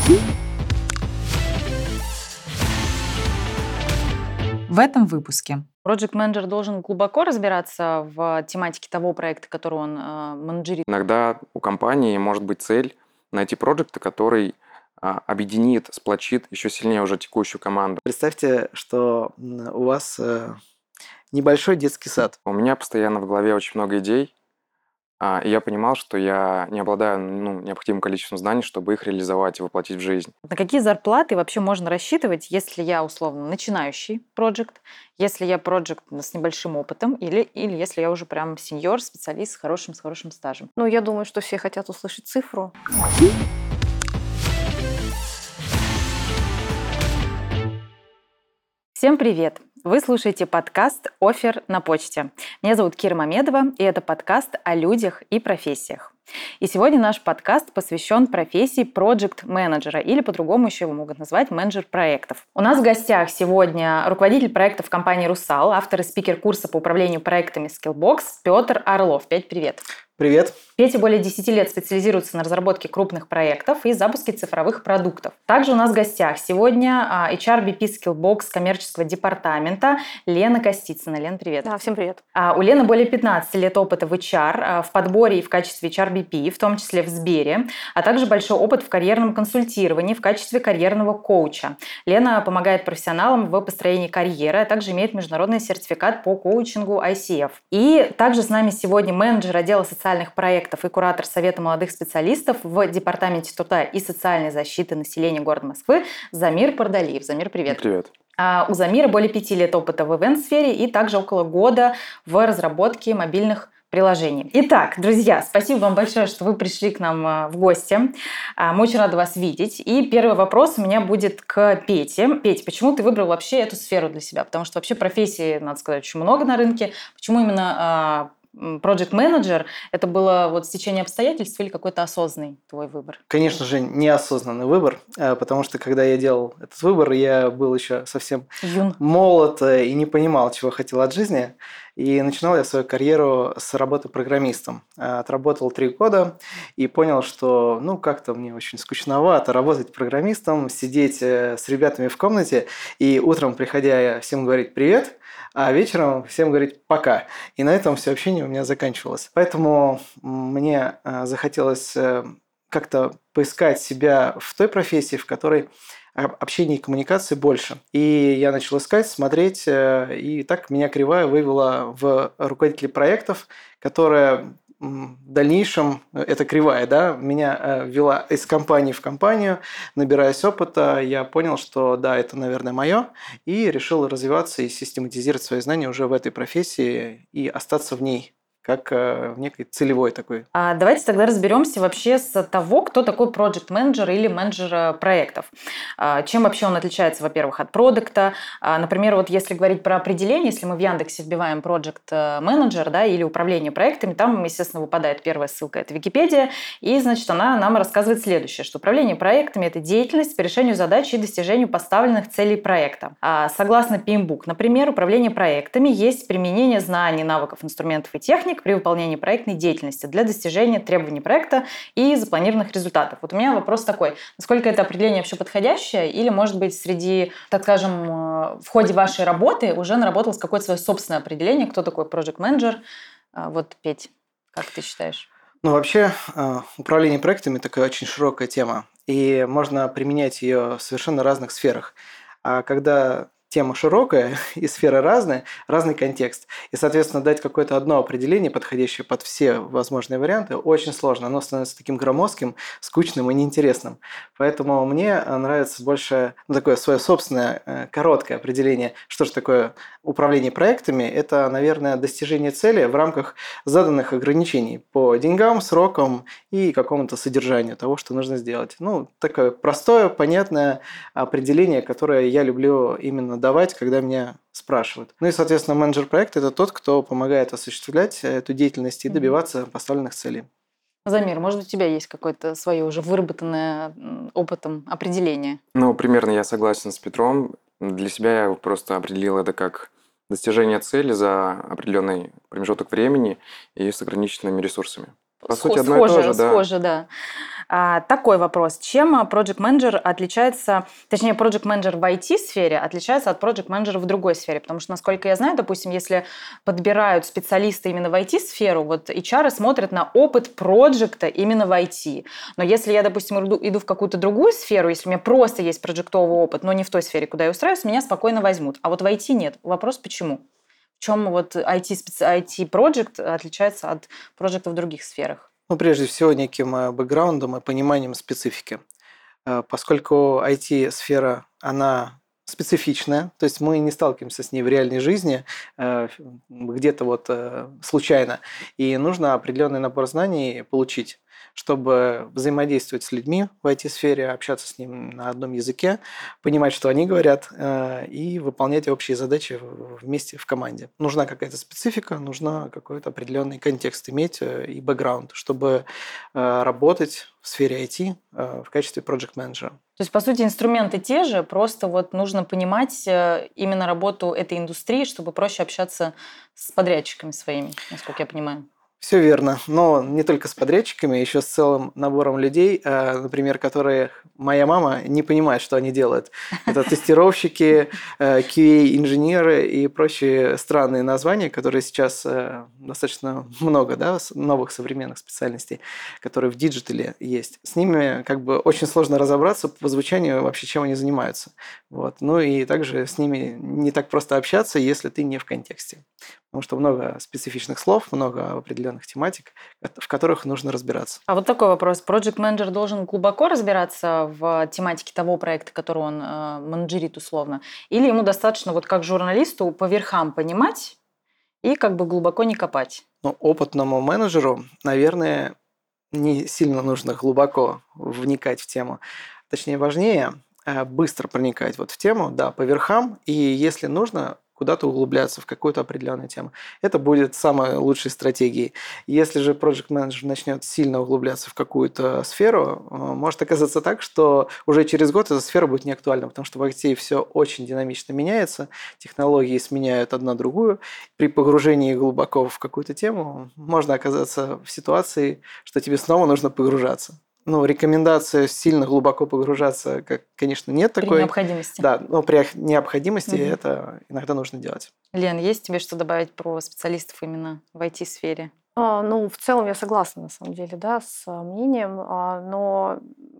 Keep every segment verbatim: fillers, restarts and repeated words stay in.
В этом выпуске. Project менеджер должен глубоко разбираться в тематике того проекта, который он э, менеджерит. Иногда у компании может быть цель найти проект, который а, объединит, сплочит еще сильнее уже текущую команду. Представьте, что у вас э, небольшой детский сад. У меня постоянно в голове очень много идей, а, и я понимал, что я не обладаю ну, необходимым количеством знаний, чтобы их реализовать и воплотить в жизнь. На какие зарплаты вообще можно рассчитывать, если я условно начинающий проект, если я проект с небольшим опытом, или, или если я уже прям сеньор, специалист с хорошим, с хорошим стажем? Ну, я думаю, что все хотят услышать цифру. Всем привет! Вы слушаете подкаст «Офер на почте». Меня зовут Кира Мамедова, и это подкаст о людях и профессиях. И сегодня наш подкаст посвящен профессии проект-менеджера, или по-другому еще его могут назвать менеджер проектов. У нас в гостях сегодня руководитель проектов компании «Русал», автор и спикер курса по управлению проектами Skillbox Петр Орлов. Петь, привет! Привет. Петя более десяти лет специализируется на разработке крупных проектов и запуске цифровых продуктов. Также у нас в гостях сегодня эйч ар би пи Skillbox коммерческого департамента Лена Костицына. Лен, привет. Да, всем привет. У Лены более пятнадцати лет опыта в эйч ар, в подборе и в качестве эйч ар би пи, в том числе в Сбере, а также большой опыт в карьерном консультировании в качестве карьерного коуча. Лена помогает профессионалам в построении карьеры, а также имеет международный сертификат по коучингу ай си эф. И также с нами сегодня менеджер отдела социальных проектов и куратор Совета молодых специалистов в Департаменте труда и социальной защиты населения города Москвы Замир Пардалиев. Замир, привет. Привет. А у Замира более пяти лет опыта в ивент-сфере и также около года в разработке мобильных приложений. Итак, друзья, спасибо вам большое, что вы пришли к нам в гости. Мы очень рады вас видеть. И первый вопрос у меня будет к Пете. Петь, почему ты выбрал вообще эту сферу для себя? Потому что вообще профессий, надо сказать, очень много на рынке. Почему именно Project менеджер, это было вот стечение обстоятельств или какой-то осознанный твой выбор? Конечно же, неосознанный выбор, потому что когда я делал этот выбор, я был еще совсем Юн. молод и не понимал, чего хотел от жизни. И начинал я свою карьеру с работы программистом. Отработал три года и понял, что ну как-то мне очень скучновато работать программистом, сидеть с ребятами в комнате и утром, приходя, всем говорить «привет», а вечером всем говорить «пока». И на этом все общение у меня заканчивалось. Поэтому мне захотелось как-то поискать себя в той профессии, в которой общения и коммуникации больше. И я начал искать, смотреть, и так меня кривая вывела в руководителей проектов, которая в дальнейшем, это кривая, да, меня вела из компании в компанию, набираясь опыта, я понял, что да, это, наверное, мое, и решил развиваться и систематизировать свои знания уже в этой профессии и остаться в ней, как в некой целевой такой. А давайте тогда разберемся вообще с того, кто такой project менеджер или менеджер проектов. Чем вообще он отличается, во-первых, от продукта. Например, вот если говорить про определение, если мы в Яндексе вбиваем project менеджер, да, или управление проектами, там, естественно, выпадает первая ссылка, это Википедия, и, значит, она нам рассказывает следующее, что управление проектами – это деятельность по решению задач и достижению поставленных целей проекта. Согласно пи эм бук, например, управление проектами есть применение знаний, навыков, инструментов и техник при выполнении проектной деятельности для достижения требований проекта и запланированных результатов. Вот у меня вопрос такой. Насколько это определение вообще подходящее? Или, может быть, среди, так скажем, в ходе вашей работы уже наработалось какое-то свое собственное определение? Кто такой project менеджер? Вот, Петь, как ты считаешь? Ну, вообще, управление проектами – такая очень широкая тема. И можно применять ее в совершенно разных сферах. А когда тема широкая и сферы разные, разный контекст. И, соответственно, дать какое-то одно определение, подходящее под все возможные варианты, очень сложно. Оно становится таким громоздким, скучным и неинтересным. Поэтому мне нравится больше ну, такое свое собственное короткое определение, что же такое управление проектами. Это, наверное, достижение цели в рамках заданных ограничений по деньгам, срокам и какому-то содержанию того, что нужно сделать. Ну, такое простое, понятное определение, которое я люблю именно давать, когда меня спрашивают. Ну и, соответственно, менеджер проекта – это тот, кто помогает осуществлять эту деятельность и добиваться поставленных целей. Замир, может, у тебя есть какое-то свое уже выработанное опытом определение? Ну, примерно я согласен с Петром. Для себя я просто определил это как достижение цели за определенный промежуток времени и с ограниченными ресурсами. По сути, Схо- одно и то схоже, же, да. схоже, да. А, такой вопрос. Чем а, project менеджер отличается, точнее, project менеджер в ай ти-сфере отличается от project менеджера в другой сфере? Потому что, насколько я знаю, допустим, если подбирают специалиста именно в ай ти-сферу, вот эйч ар смотрят на опыт проекта именно в ай ти. Но если я, допустим, иду, иду в какую-то другую сферу, если у меня просто есть проектовый опыт, но не в той сфере, куда я устраиваюсь, меня спокойно возьмут. А вот в ай ти нет. Вопрос, почему? В чем вот ай ти, ай ти-проект отличается от проекта в других сферах? Ну, прежде всего, неким э, бэкграундом и пониманием специфики. Э, Поскольку ай ти-сфера, она специфичная, то есть мы не сталкиваемся с ней в реальной жизни, э, где-то вот э, случайно, и нужно определенный набор знаний получить, чтобы взаимодействовать с людьми в ай ти-сфере, общаться с ним на одном языке, понимать, что они говорят, э, и выполнять общие задачи в- вместе в команде. Нужна какая-то специфика, нужна какой-то определенный контекст иметь э, и бэкграунд, чтобы э, работать в сфере ай ти э, в качестве проект-менеджера. То есть, по сути, инструменты те же, просто вот нужно понимать э, именно работу этой индустрии, чтобы проще общаться с подрядчиками своими, насколько я понимаю. Все верно, но не только с подрядчиками, еще с целым набором людей, э, например, которые моя мама не понимает, что они делают. Это тестировщики, э, кью эй-инженеры и прочие странные названия, которые сейчас э, достаточно много, да, с- новых современных специальностей, которые в диджитале есть. С ними как бы очень сложно разобраться по звучанию вообще, чем они занимаются. Вот. Ну и также с ними не так просто общаться, если ты не в контексте. Потому что много специфичных слов, много определенных тематик, в которых нужно разбираться. А вот такой вопрос. Project менеджер должен глубоко разбираться в тематике того проекта, который он э, менеджерит условно, или ему достаточно вот как журналисту по верхам понимать и как бы глубоко не копать? Но опытному менеджеру, наверное, не сильно нужно глубоко вникать в тему. Точнее, важнее э, быстро проникать вот в тему, да, по верхам, и если нужно, куда-то углубляться в какую-то определенную тему. Это будет самой лучшей стратегией. Если же project менеджер начнет сильно углубляться в какую-то сферу, э, может оказаться так, что уже через год эта сфера будет неактуальна, потому что в ай ти все очень динамично меняется, технологии сменяют одна другую. При погружении глубоко в какую-то тему можно оказаться в ситуации, что тебе снова нужно погружаться. Ну, рекомендация сильно глубоко погружаться, как, конечно, нет При такой. необходимости. Да, но при необходимости Мгм. это иногда нужно делать. Лен, есть тебе что добавить про специалистов именно в ай ти-сфере? А, Ну, в целом я согласна, на самом деле, да, с а, мнением, а, но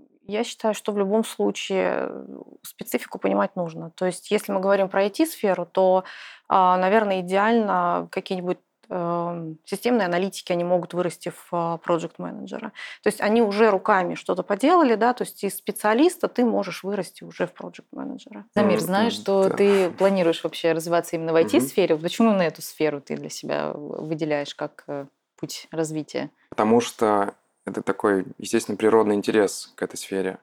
я считаю, что в любом случае э, специфику понимать нужно. То есть, если мы говорим про ай ти-сферу, то, а, наверное, идеально какие-нибудь эм, системные аналитики, они могут вырасти в проект менеджера. То есть они уже руками что-то поделали, да, то есть из специалиста ты можешь вырасти уже в проект менеджера. Замир, М, знаешь, м, что да. ты планируешь вообще развиваться именно в ай Мгм. ти-сфере? Почему на эту сферу ты для себя выделяешь как э, путь развития? Потому что это такой, естественно, природный интерес к этой сфере.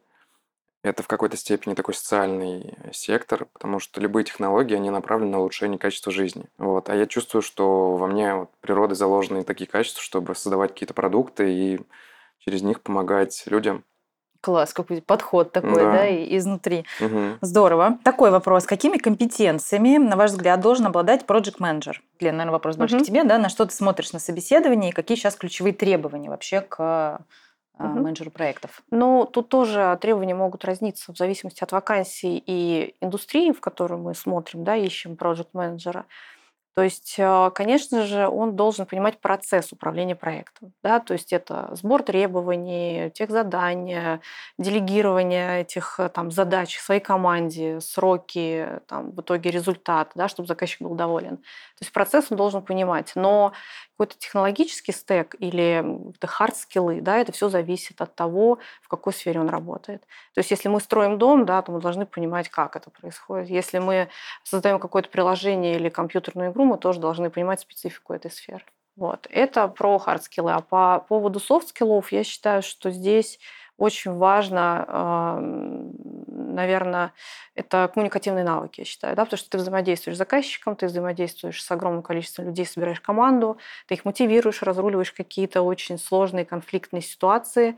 Это в какой-то степени такой социальный сектор, потому что любые технологии, они направлены на улучшение качества жизни. Вот. А я чувствую, что во мне вот природой заложены такие качества, чтобы создавать какие-то продукты и через них помогать людям. Класс, какой подход такой, да, Да. и изнутри. Мгм. Здорово. Такой вопрос. Какими компетенциями, на ваш взгляд, должен обладать project менеджер? Лен, наверное, вопрос больше Мгм. к тебе, да? На что ты смотришь на собеседовании и какие сейчас ключевые требования вообще к а, Мгм. менеджеру проектов? Но тут тоже требования могут разниться в зависимости от вакансий и индустрии, в которую мы смотрим, да, ищем проект менеджера. То есть, э, конечно же, он должен понимать процесс управления проектом. Да? То есть это сбор требований, тех задания, делегирование этих э, там, задач своей команде, сроки, там, в итоге результат, да, чтобы заказчик был доволен. То есть процесс он должен понимать. Но какой-то технологический стек или хард-скиллы, да, это все зависит от того, в какой сфере он работает. То есть если мы строим дом, да, то мы должны понимать, как это происходит. Если мы создаем какое-то приложение или компьютерную игру, мы тоже должны понимать специфику этой сферы. Вот. Это про хардскиллы. А по поводу софт-скиллов я считаю, что здесь очень важно, наверное, это коммуникативные навыки, я считаю, да, потому что ты взаимодействуешь с заказчиком, ты взаимодействуешь с огромным количеством людей, собираешь команду, ты их мотивируешь, разруливаешь какие-то очень сложные конфликтные ситуации.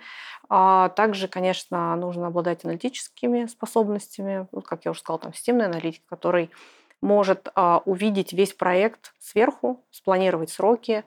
А также, конечно, нужно обладать аналитическими способностями, вот, как я уже сказала, там, системный аналитик, который может а, увидеть весь проект сверху, спланировать сроки,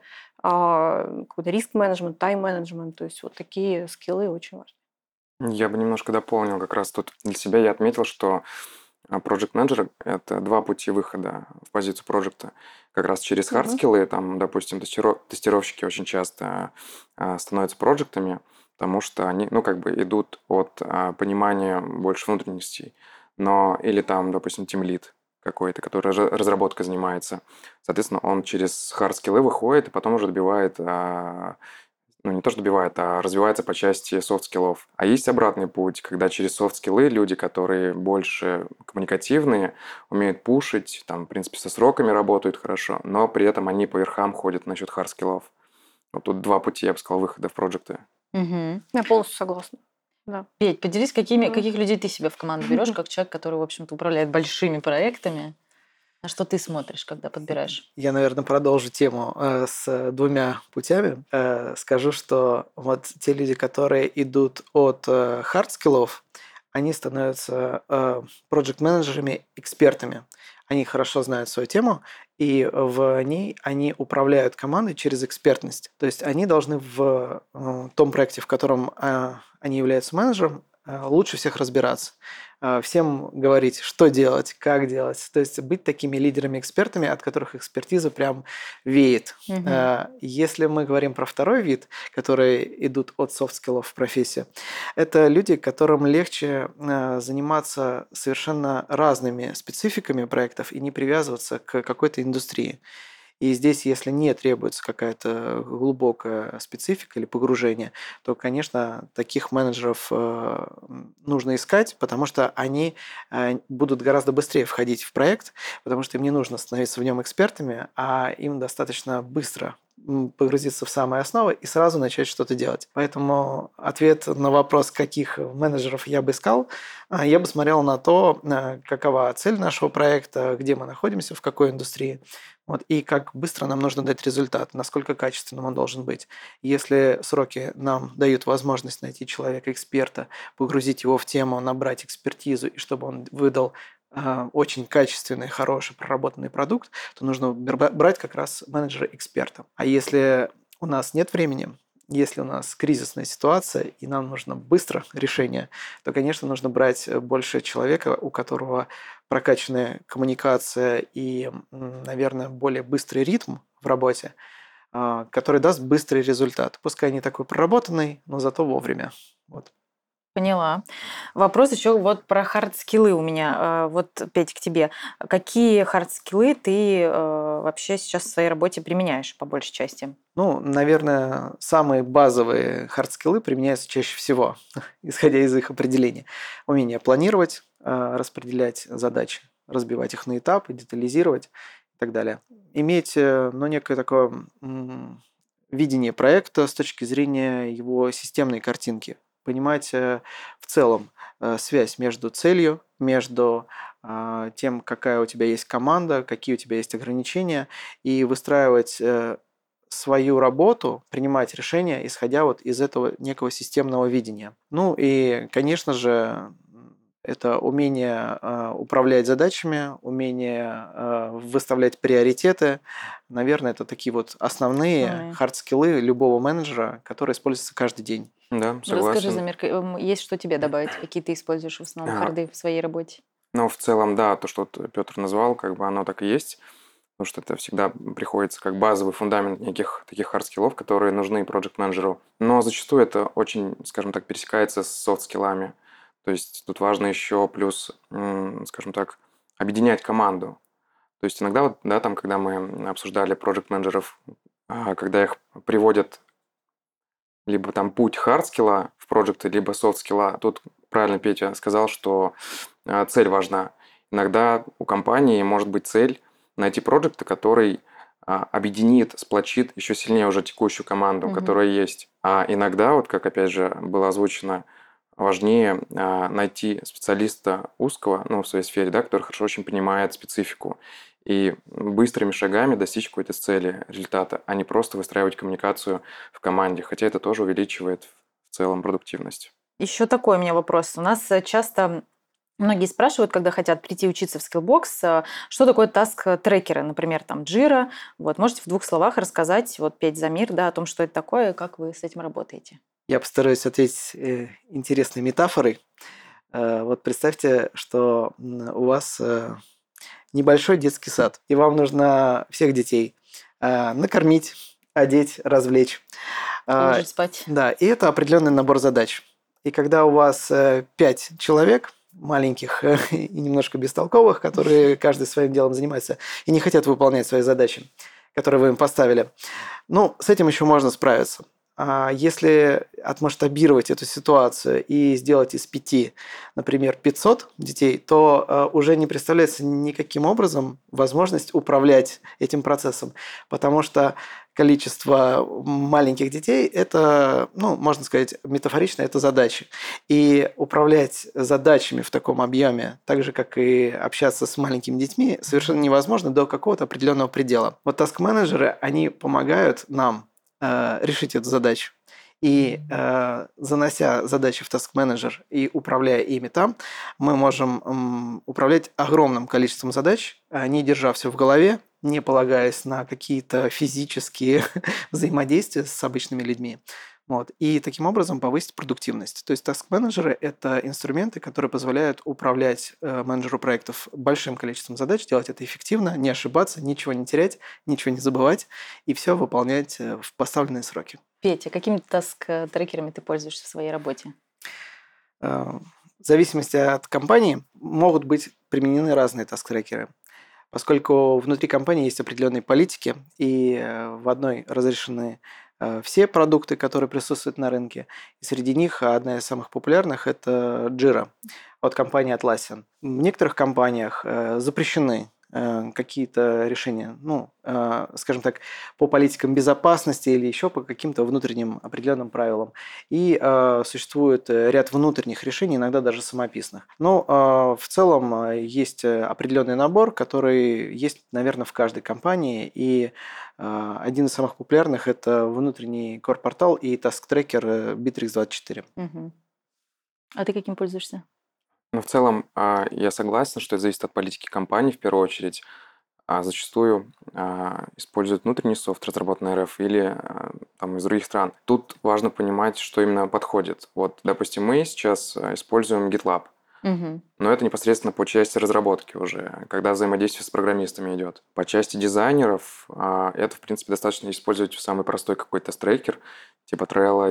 а, какой-то риск-менеджмент, тайм-менеджмент. То есть вот такие скиллы очень важны. Я бы немножко дополнил как раз тут для себя. Я отметил, что а, Project Manager — это два пути выхода в позицию проекта. Как раз через Мгм. хардскиллы, там, допустим, тестиро- тестировщики очень часто а, становятся проектами, потому что они, ну, как бы идут от а, понимания больше внутренностей. Но, или там, допустим, тимлид какой-то, который ра- разработкой занимается. Соответственно, он через хардскиллы выходит и потом уже добивает а, ну, не то, что добивает, а развивается по части софт-скиллов. А есть обратный путь, когда через софт-скиллы люди, которые больше коммуникативные, умеют пушить, там, в принципе, со сроками работают хорошо, но при этом они по верхам ходят насчет хард-скиллов. Вот тут два пути, я бы сказал, выхода в проекты. Мгм. Я полностью согласна. Да. Петь, поделись, какими, Мгм. каких людей ты себе в команду берешь, как человек, который, в общем-то, управляет большими проектами. На что ты смотришь, когда подбираешь? Я, наверное, продолжу тему э, с двумя путями. Э, скажу, что вот те люди, которые идут от хард-скиллов, они становятся э, проект-менеджерами, экспертами. Они хорошо знают свою тему, и в ней они управляют командой через экспертность. То есть они должны в э, том проекте, в котором э, они являются менеджером, э, лучше всех разбираться. Э, Всем говорить, что делать, как делать. То есть быть такими лидерами-экспертами, от которых экспертиза прям веет. Мгм. Э, Если мы говорим про второй вид, которые идут от софт-скиллов в профессию, это люди, которым легче э, заниматься совершенно разными спецификами проектов и не привязываться к какой-то индустрии. И здесь, если не требуется какая-то глубокая специфика или погружение, то, конечно, таких менеджеров э, м, нужно искать, потому что они э, будут гораздо быстрее входить в проект, потому что им не нужно становиться в нем экспертами, а им достаточно быстро м, погрузиться в самые основы и сразу начать что-то делать. Поэтому ответ на вопрос, каких менеджеров я бы искал, а, я бы смотрел на то, э, какова цель нашего проекта, где мы находимся, в какой индустрии, вот, и как быстро нам нужно дать результат, насколько качественным он должен быть. Если сроки нам дают возможность найти человека-эксперта, погрузить его в тему, набрать экспертизу, и чтобы он выдал а, очень качественный, хороший, проработанный продукт, то нужно бра- брать как раз менеджера-эксперта. А если у нас нет времени, если у нас кризисная ситуация и нам нужно быстро решение, то, конечно, нужно брать э, больше человека, у которого прокачанная коммуникация и, м, наверное, более быстрый ритм в работе, а, который даст быстрый результат. Пускай не такой проработанный, но зато вовремя. Вот. Поняла. Вопрос еще вот про хард-скиллы у меня. А, Вот, Петь, к тебе. Какие хард-скиллы ты э, вообще сейчас в своей работе применяешь по большей части? Ну, наверное, самые базовые хардскиллы применяются чаще всего, исходя из их определения. Умение планировать, а, распределять задачи, разбивать их на этапы, детализировать и так далее. Иметь, э, ну, некое такое м, видение проекта с точки зрения его системной картинки. Понимать э, в целом э, связь между целью, между а, тем, какая у тебя есть команда, какие у тебя есть ограничения, и выстраивать э, свою работу, принимать решения, исходя вот из этого некого системного видения. Ну и, конечно же, это умение э, управлять задачами, умение э, выставлять приоритеты. Наверное, это такие вот основные Основные. хардскиллы любого менеджера, которые используются каждый день. Да, Расскажи, согласен. Замир, к- эм, есть что тебе добавить? Какие ты используешь в основном А, харды в своей работе? Но в целом, да, то, что Петр назвал, как бы оно так и есть. Потому что это всегда приходится как базовый фундамент неких таких хард-скиллов, которые нужны проект-менеджеру. Но зачастую это очень, скажем так, пересекается с софт-скиллами. То есть тут важно еще плюс, м, скажем так, объединять команду. То есть иногда, вот, да, там, когда мы обсуждали проект-менеджеров, а, когда их приводят либо там путь хард-скилла в проекты, либо софт-скилла, тут правильно Петя сказал, что а, цель важна. Иногда у компании может быть цель найти проект, который а, объединит, сплочит еще сильнее уже текущую команду, Мгм. которая есть. А иногда, вот как опять же было озвучено, важнее а, найти специалиста узкого, ну, в своей сфере, да, который хорошо очень понимает специфику и быстрыми шагами достичь какой-то цели, результата, а не просто выстраивать коммуникацию в команде, хотя это тоже увеличивает в целом продуктивность. Еще такой у меня вопрос. У нас э, часто Многие спрашивают, когда хотят прийти учиться в Skillbox, что такое таск-трекеры, например, там Jira. Вот, можете в двух словах рассказать, вот, Петь, Замир, да, о том, что это такое, и как вы с этим работаете? Я постараюсь ответить э, интересной метафорой. Э, вот представьте, что у вас э, небольшой детский сад, и вам нужно всех детей э, накормить, одеть, развлечь. Положить спать. Да, и это определенный набор задач. И когда у вас э, пять человек, маленьких э, и немножко бестолковых, которые каждый своим делом занимается и не хотят выполнять свои задачи, которые вы им поставили, ну, с этим еще можно справиться. А если отмасштабировать эту ситуацию и сделать из пяти, например, пятьсот детей, то э, уже не представляется никаким образом возможность управлять этим процессом, потому что количество маленьких детей – это, ну, можно сказать, метафорично, это задачи. И управлять задачами в таком объеме, так же, как и общаться с маленькими детьми, совершенно невозможно до какого-то определенного предела. Вот таск-менеджеры, они помогают нам э, решить эту задачу. И э, занося задачи в таск-менеджер и управляя ими там, мы можем м, управлять огромным количеством задач, не держа все в голове, не полагаясь на какие-то физические взаимодействия с обычными людьми. Вот. И таким образом повысить продуктивность. То есть таск-менеджеры – это инструменты, которые позволяют управлять э, менеджеру проектов большим количеством задач, делать это эффективно, не ошибаться, ничего не терять, ничего не забывать и все выполнять в поставленные сроки. Петя, какими таск-трекерами ты пользуешься в своей работе? В зависимости от компании могут быть применены разные таск-трекеры. Поскольку внутри компании есть определенные политики, и в одной разрешены все продукты, которые присутствуют на рынке. И среди них одна из самых популярных – это Jira от компании Atlassian. В некоторых компаниях запрещены какие-то решения, ну, скажем так, по политикам безопасности или еще по каким-то внутренним определенным правилам. И существует ряд внутренних решений, иногда даже самописных. Но в целом есть определенный набор, который есть, наверное, в каждой компании. И один из самых популярных – это внутренний core-портал и таск-трекер Bittrex двадцать четыре. Угу. А ты каким пользуешься? Ну, в целом, а, я согласен, что это зависит от политики компании в первую очередь. А зачастую а, используют внутренний софт, разработанный эр эф, или а, там, из других стран. Тут важно понимать, что именно подходит. Вот, допустим, мы сейчас используем GitLab, Угу. но это непосредственно по части разработки уже, когда взаимодействие с программистами идет. По части дизайнеров а, это, в принципе, достаточно использовать самый простой какой-то трекер, типа Trello,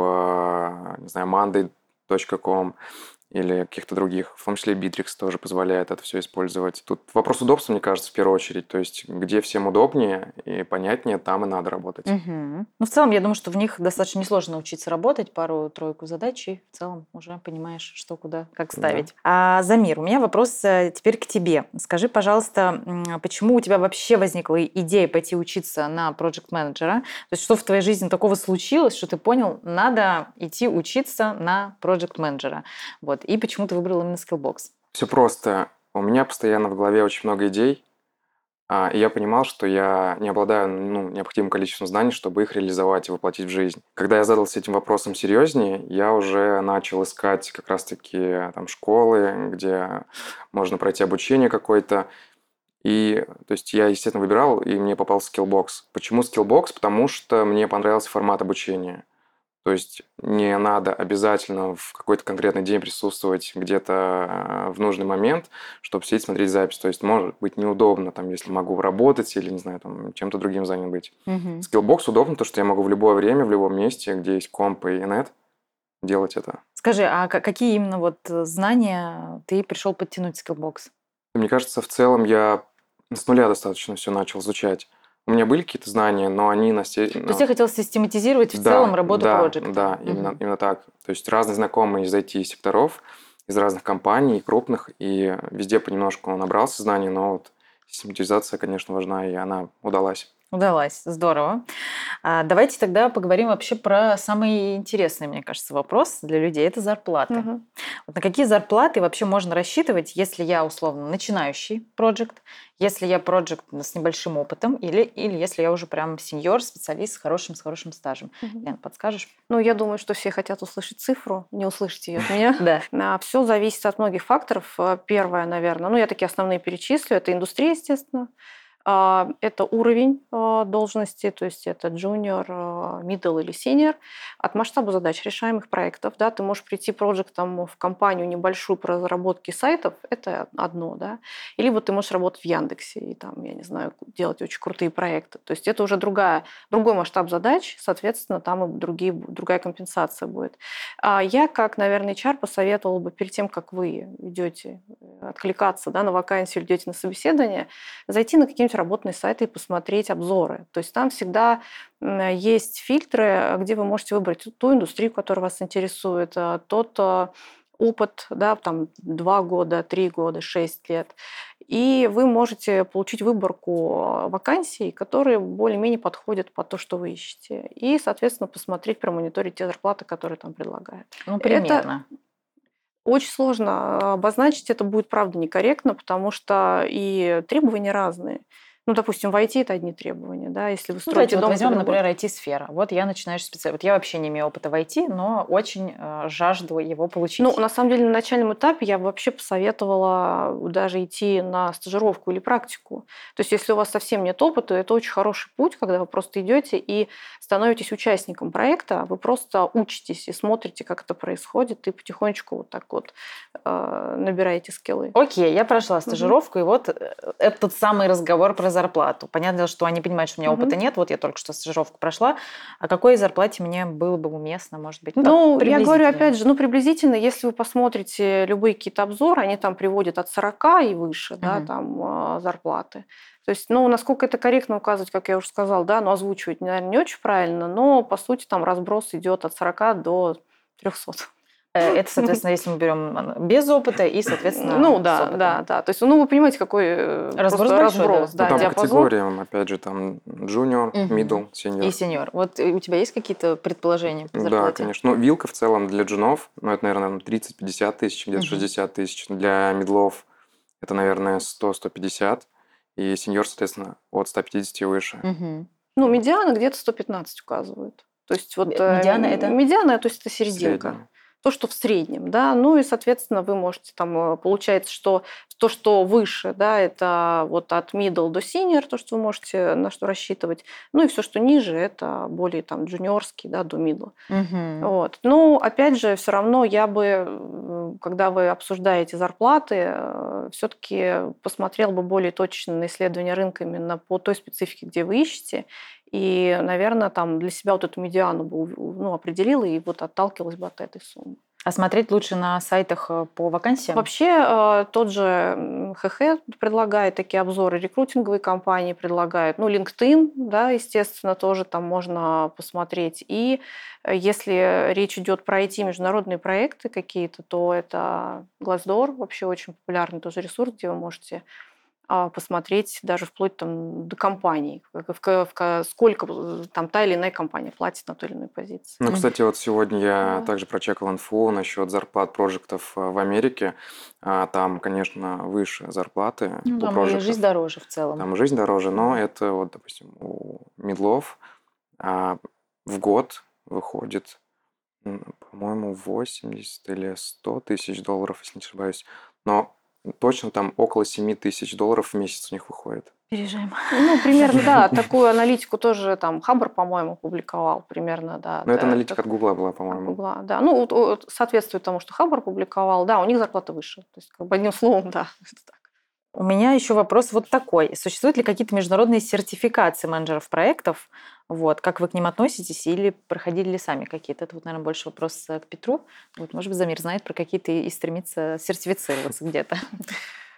типа, не знаю, monday точка ком, или каких-то других, в том числе Bittrex тоже позволяет это все использовать. Тут вопрос удобства, мне кажется, в первую очередь. То есть, где всем удобнее и понятнее, там и надо работать. Угу. Ну, в целом, я думаю, что в них достаточно несложно научиться работать, пару-тройку задач, и в целом уже понимаешь, что, куда, как ставить. Да. А, Замир, у меня вопрос теперь к тебе. Скажи, пожалуйста, почему у тебя вообще возникла идея пойти учиться на проект-менеджера? То есть, что в твоей жизни такого случилось, что ты понял, надо идти учиться на проект-менеджера? Вот. И почему ты выбрал именно Skillbox? Все просто. У меня постоянно в голове очень много идей, а, и я понимал, что я не обладаю ну, необходимым количеством знаний, чтобы их реализовать и воплотить в жизнь. Когда я задался этим вопросом серьезнее, я уже начал искать как раз-таки там, школы, где можно пройти обучение какое-то. И, то есть, я, естественно, выбирал, и мне попал Skillbox. Почему Skillbox? Потому что мне понравился формат обучения. То есть не надо обязательно в какой-то конкретный день присутствовать где-то в нужный момент, чтобы сидеть смотреть запись. То есть может быть неудобно, там, если могу работать или, не знаю, там, чем-то другим занят быть. Угу. Skillbox удобно, то что я могу в любое время, в любом месте, где есть комп и нет, делать это. Скажи, а какие именно вот знания ты пришел подтянуть в Skillbox? Мне кажется, в целом я с нуля достаточно все начал изучать. У меня были какие-то знания, но они на... То ну, есть я хотел систематизировать в да, целом работу да, проекта. Да, угу. именно, именно так. То есть разные знакомые из ай ти-секторов, из разных компаний, крупных, и везде понемножку набрался знаний, но вот систематизация, конечно, важна, и она удалась. Удалась, здорово. А, Давайте тогда поговорим вообще про самый интересный, мне кажется, вопрос для людей. Это зарплаты. Мгм. Вот на какие зарплаты вообще можно рассчитывать, если я условно начинающий проект, если я проект с небольшим опытом, или, или если я уже прям сеньор, специалист с хорошим, с хорошим стажем? Мгм. Лен, подскажешь? Ну, я думаю, что все хотят услышать цифру, не услышите ее от меня. Да. Все зависит от многих факторов. Э, Первое, наверное, ну, я такие основные перечислю. Это индустрия, естественно. А, Это уровень а, должности, то есть это junior, а, middle или senior, от масштаба задач решаемых проектов. Да, ты можешь прийти проектом в компанию небольшую по разработке сайтов, это одно, да, и либо ты можешь работать в Яндексе и там, я не знаю, делать очень крутые проекты. То есть это уже другая, другой масштаб задач, соответственно, там и другие, другая компенсация будет. А я, как, наверное, эйч ар, посоветовала бы перед тем, как вы идете откликаться, да, на вакансию, идете на собеседование, зайти на какие-нибудь работные сайты и посмотреть обзоры. То есть там всегда м, есть фильтры, где вы можете выбрать ту индустрию, которая вас интересует, а, тот а, опыт, да, там два года, три года, шесть лет. И вы можете получить выборку а, вакансий, которые более-менее подходят под то, что вы ищете. И, соответственно, посмотреть, промониторить те зарплаты, которые там предлагают. Ну, Это примерно. очень сложно обозначить, это будет, правда, некорректно, потому что и требования разные. Ну, допустим, в ай ти это одни требования, да, если вы Ну, строите давайте вот дом, возьмем, это другое. например, ай ти-сфера. Вот я начинающий специалист. Вот я вообще не имею опыта в ай ти, но очень э, жажду его получить. Ну, на самом деле, на начальном этапе я бы вообще посоветовала даже идти на стажировку или практику. То есть, если у вас совсем нет опыта, это очень хороший путь, когда вы просто идете и становитесь участником проекта, вы просто учитесь и смотрите, как это происходит, и потихонечку вот так вот э, набираете скиллы. Окей, я прошла Мгм. стажировку, и вот э, это тот самый разговор про зарплату. Понятно, что они понимают, что у меня Мгм. опыта нет, вот я только что стажировку прошла. О какой зарплате мне было бы уместно, может быть? Ну, так, Ну, я говорю, приблизительно. опять же, ну, приблизительно, если вы посмотрите любые какие-то обзоры, они там приводят от сорока и выше, да, Мгм. там а, зарплаты. То есть, ну, насколько это корректно указывать, как я уже сказала, да, но озвучивать, наверное, не очень правильно, но, по сути, там разброс идет от сорока до трехсот. Э, Это, соответственно, если мы берем без опыта и, соответственно, Ну, с да, опытом. да, да. То есть, ну, вы понимаете, какой э, Разброс просто большой, да. разброс, Ну, да, там по диапазон. категориям, опять же, там junior, Мгм. middle, И senior. сеньор. Вот э, у тебя есть какие-то предположения по Да, зарплате? конечно. Ну, вилка в целом для джунов, ну, это, наверное, тридцать-пятьдесят тысяч, где-то Мгм. шестьдесят тысяч. Для медлов это, наверное, сто-сто пятьдесят. И сеньор, соответственно, от ста пятидесяти и выше. Мгм. Ну, медиана где-то сто пятнадцать указывают. То есть, вот Ме- медиана э, это? медиана, то есть, это серединка. Средний. То, что в среднем, да, ну и, соответственно, вы можете там, э, получается, что то, что выше, да, это вот от middle до senior, то, что вы можете на что рассчитывать, ну и все, что ниже, это более там джуниорский, да, до middle. Мгм. Вот. Ну, опять же, все равно я бы, э, когда вы обсуждаете зарплаты, все-таки посмотрел бы более точно на исследование рынка именно по той специфике, где вы ищете, и, наверное, там для себя вот эту медиану бы у- ну, определила и вот отталкивалась бы от этой суммы. А смотреть лучше на сайтах э, по вакансиям? Вообще, э, тот же м, ха ха предлагает такие обзоры, рекрутинговые компании предлагают, ну, LinkedIn, да, естественно, тоже там можно посмотреть. И э, если речь идет про ай ти международные проекты какие-то, то это Glassdoor, вообще очень популярный тоже ресурс, где вы можете а, посмотреть даже вплоть там, до компаний, в, в- в- сколько э, там та или иная компания платит на той или иной позиции. Ну, Мгм. кстати, вот сегодня я Да. также прочекал инфу насчет зарплат проектов э, в Америке. А, Там, конечно, выше зарплаты Ну, у там и проектов. жизнь дороже в целом. Там жизнь дороже, но Мгм. это вот, допустим, у медлов а, в год выходит, м, по-моему, восемьдесят или сто тысяч долларов, если не ошибаюсь. Но точно там около семи тысяч долларов в месяц у них выходит. Переезжаем. Ну, примерно, да. Такую аналитику тоже там Хабр, по-моему, публиковал примерно, да. Но это да, аналитика так- от Гугла была, от по-моему. Гугла, да. Ну, вот, вот соответствует тому, что Хабр публиковал, да, у них зарплата выше. То есть, как бы одним словом, да, это так. У меня еще вопрос вот такой. Существуют ли какие-то международные сертификации менеджеров проектов? Вот, как вы к ним относитесь или проходили ли сами какие-то? Это вот, наверное, больше вопрос э, к Петру. Вот, может быть, Замир знает про какие-то и стремится сертифицироваться где-то.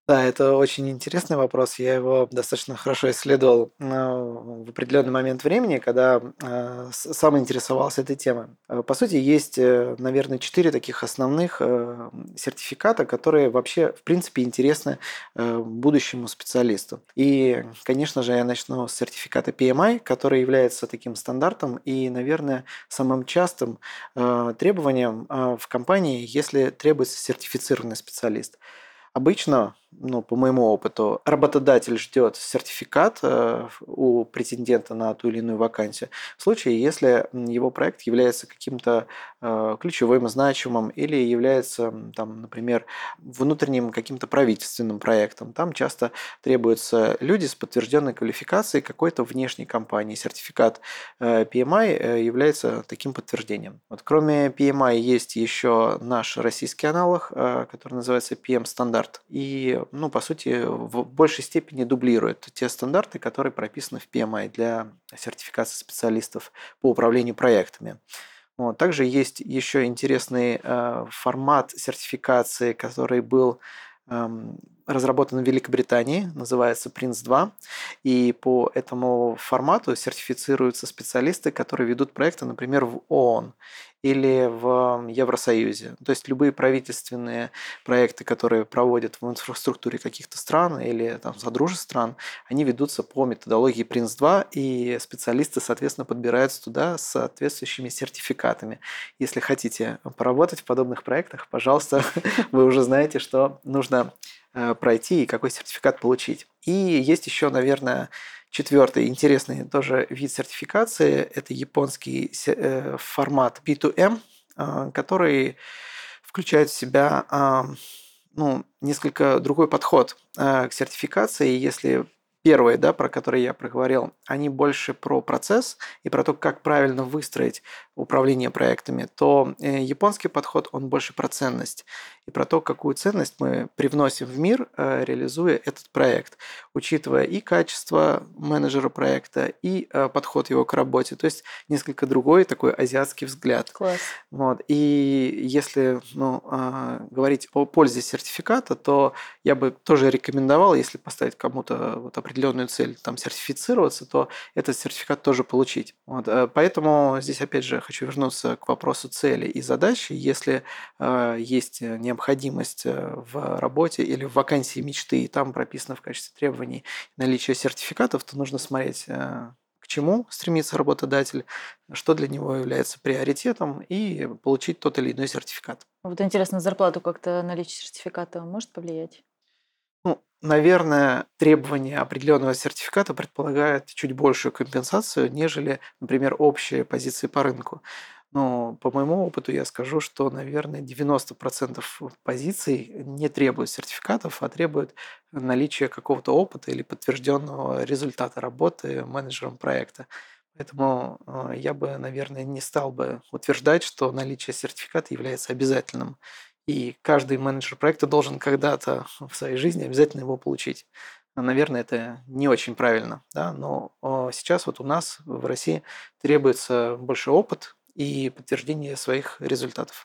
Да, это очень интересный вопрос. Я его достаточно хорошо исследовал э, в определенный момент времени, когда э, с- сам интересовался этой темой. Э, По сути, есть, э, наверное, четыре таких основных э, сертификата, которые вообще, в принципе, интересны э, будущему специалисту. И, конечно же, я начну с сертификата пи эм ай, который является таким стандартом и, наверное, самым частым э, требованием э, в компании, если требуется сертифицированный специалист. Обычно, ну, по моему опыту, работодатель ждет сертификат э, у претендента на ту или иную вакансию в случае, если м, его проект является каким-то э, ключевым, значимым или является, м, там, например, внутренним каким-то правительственным проектом. Там часто требуются люди с подтвержденной квалификацией какой-то внешней компании. Сертификат э, пи эм ай э, является таким подтверждением. Вот, кроме пи эм ай есть еще наш российский аналог, э, который называется пи эм-стандарт. И, ну, по сути, в большей степени дублирует те стандарты, которые прописаны в пи эм ай для сертификации специалистов по управлению проектами. Вот. Также есть еще интересный э, формат сертификации, который был эм, разработан в Великобритании, называется принц два. И по этому формату сертифицируются специалисты, которые ведут проекты, например, в ООН или в Евросоюзе. То есть любые правительственные проекты, которые проводят в инфраструктуре каких-то стран или там, содружеств стран, они ведутся по методологии принц два, и специалисты, соответственно, подбираются туда с соответствующими сертификатами. Если хотите поработать в подобных проектах, пожалуйста, вы уже знаете, что нужно э, пройти и какой сертификат получить. И есть еще, наверное, четвертый интересный тоже вид сертификации. Это японский се- э, формат би ту эм, э, который включает в себя а, ну, несколько другой подход э, к сертификации. Если первые, да, про которые я проговорил, они больше про процесс и про то, как правильно выстроить управление проектами, то э, японский подход, он больше про ценность и про то, какую ценность мы привносим в мир, э, реализуя этот проект, учитывая и качество менеджера проекта, и э, подход его к работе. То есть несколько другой такой азиатский взгляд. Класс. Вот. И если ну, а, говорить о пользе сертификата, то я бы тоже рекомендовал, если поставить кому-то вот определенную цель там, сертифицироваться, то этот сертификат тоже получить. Вот. э, Поэтому здесь, опять же, хочу вернуться к вопросу цели и задачи. Если э, есть необходимость э, в работе или в вакансии мечты, и там прописано в качестве требований наличие сертификатов, то нужно смотреть, э, к чему стремится работодатель, что для него является приоритетом, и получить тот или иной сертификат. Вот интересно, на зарплату как-то наличие сертификата может повлиять? Ну, наверное, требование определенного сертификата предполагает чуть большую компенсацию, нежели, например, общие позиции по рынку. Но по моему опыту я скажу, что, наверное, девяносто процентов позиций не требуют сертификатов, а требуют наличия какого-то опыта или подтвержденного результата работы менеджером проекта. Поэтому э, я бы, наверное, не стал бы утверждать, что наличие сертификата является обязательным. И каждый менеджер проекта должен когда-то в своей жизни обязательно его получить. Наверное, это не очень правильно, да? Но о, сейчас вот у нас в России требуется больше опыт и подтверждение своих результатов.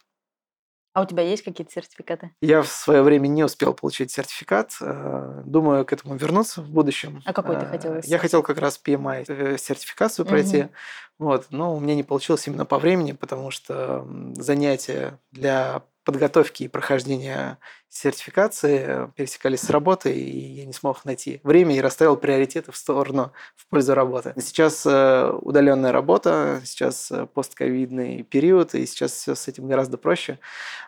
А у тебя есть какие-то сертификаты? Я в свое время не успел получить сертификат. э, Думаю, к этому вернуться в будущем. А какой ты Э, хотел? Я хотел как раз пи эм ай э, сертификацию пройти, Мгм. вот, но у меня не получилось именно по времени, потому что м, занятия для подготовки и прохождения сертификации э, пересекались с работой, и я не смог найти время и расставил приоритеты в сторону, в пользу работы. Сейчас э, удаленная работа, сейчас э, постковидный период, и сейчас все с этим гораздо проще.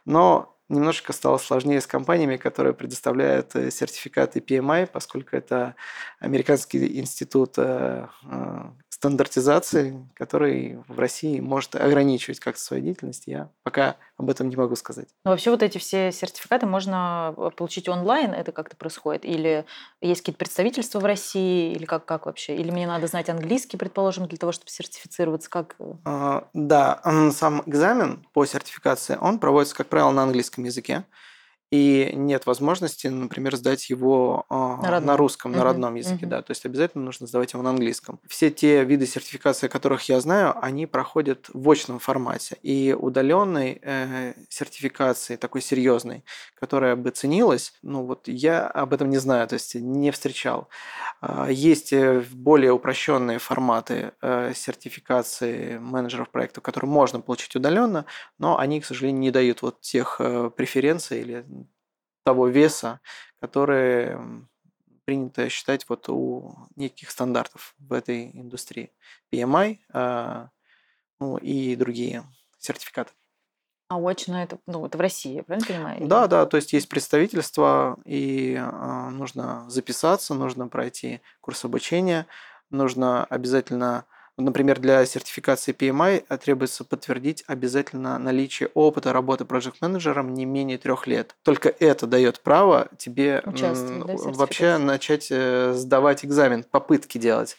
Но немножко стало сложнее с компаниями, которые предоставляют э, сертификаты пи эм ай, поскольку это американский институт э, э, стандартизации, который в России может ограничивать как-то свою деятельность. Я пока об этом не могу сказать. Ну, вообще вот эти все сертификаты можно э, получить онлайн, это как-то происходит? Или есть какие-то представительства в России, или как, как вообще? Или мне надо знать английский, предположим, для того, чтобы сертифицироваться? Как? э? А, Да, м, сам экзамен по сертификации, он проводится, как правило, на английском языке. и нет возможности, например, сдать его а, На на родном. русском, на Мгм, родном языке, мгм. да, то есть обязательно нужно сдавать его на английском. Все те виды сертификации, о которых я знаю, они проходят в очном формате, и удаленной э, сертификации, такой серьезной, которая бы ценилась, ну вот я об этом не знаю, то есть не встречал. А, Есть э, более упрощенные форматы э, сертификации менеджеров проектов, которые можно получить удаленно, но они, к сожалению, не дают вот тех э, преференций или того веса, которые м, принято считать вот у неких стандартов в этой индустрии. пи эм ай, а, ну и другие сертификаты. А очно это, ну, это в России, я правильно понимаю? Да, Или... да, то есть есть представительство, и а, нужно записаться, нужно пройти курс обучения, нужно обязательно, например, для сертификации пи эм ай требуется подтвердить обязательно наличие опыта работы проект-менеджером не менее трех лет. Только это дает право тебе м, Участвовать, да, в вообще сертификации? начать э, сдавать экзамен, попытки делать.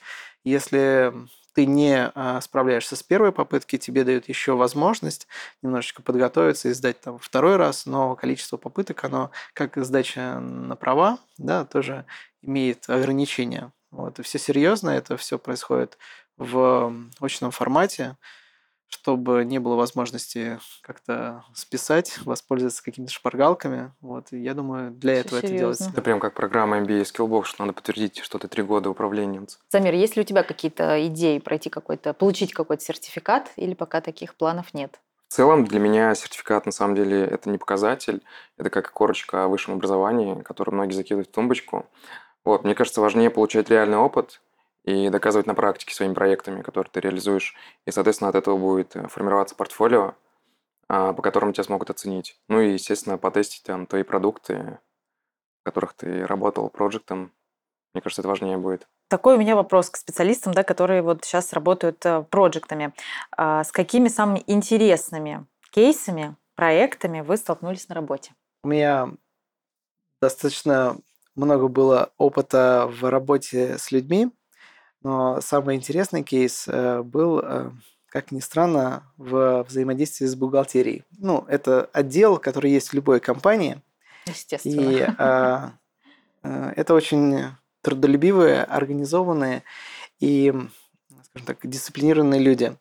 Если ты не а, справляешься с первой попытки, тебе дают еще возможность немножечко подготовиться и сдать там второй раз, но количество попыток, оно, как и сдача на права, да, тоже имеет ограничения. Вот. И все серьезно, это все происходит в очном формате, чтобы не было возможности как-то списать, воспользоваться какими-то шпаргалками. Вот. И я думаю, для Все этого это серьезно. делается. Это прям как программа эм би эй Skillbox, что надо подтвердить, что ты три года управленец. Замир, есть ли у тебя какие-то идеи пройти какой-то, получить какой-то сертификат, или пока таких планов нет? В целом для меня сертификат на самом деле это не показатель, это как корочка о высшем образовании, которую многие закидывают в тумбочку. Вот, мне кажется, важнее получать реальный опыт и доказывать на практике своими проектами, которые ты реализуешь. И, соответственно, от этого будет э, формироваться портфолио, а, по которому тебя смогут оценить. Ну и, естественно, потестить там твои продукты, в которых ты работал проектом. Мне кажется, это важнее будет. Такой у меня вопрос к специалистам, да, которые вот сейчас работают э, проектами. А с какими самыми интересными кейсами, проектами вы столкнулись на работе? У меня достаточно много было опыта в работе с людьми, но самый интересный кейс э, был, э, как ни странно, в взаимодействии с бухгалтерией. Ну, это отдел, который есть в любой компании, Естественно. и а, э, это очень трудолюбивые, организованные и, скажем так, дисциплинированные люди.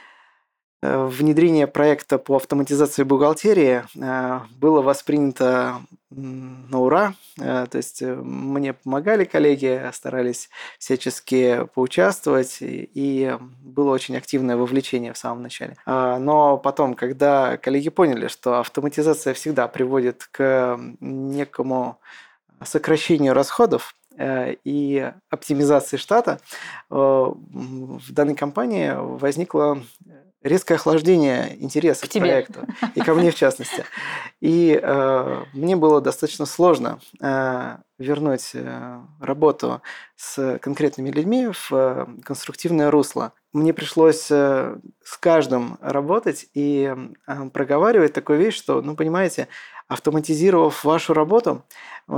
Э, Внедрение проекта по автоматизации бухгалтерии э, было воспринято м, на ура. Э, То есть э, мне помогали коллеги, старались всячески поучаствовать, и и было очень активное вовлечение в самом начале. А, Но потом, когда коллеги поняли, что автоматизация всегда приводит к некому сокращению расходов э, и оптимизации штата, э, м, в данной компании возникло резкое охлаждение интереса К к тебе. проекту, и ко мне в частности. И э, мне было достаточно сложно э, вернуть э, работу с конкретными людьми в э, конструктивное русло. Мне пришлось э, с каждым работать и э, проговаривать такую вещь, что, ну, понимаете, автоматизировав вашу работу, э,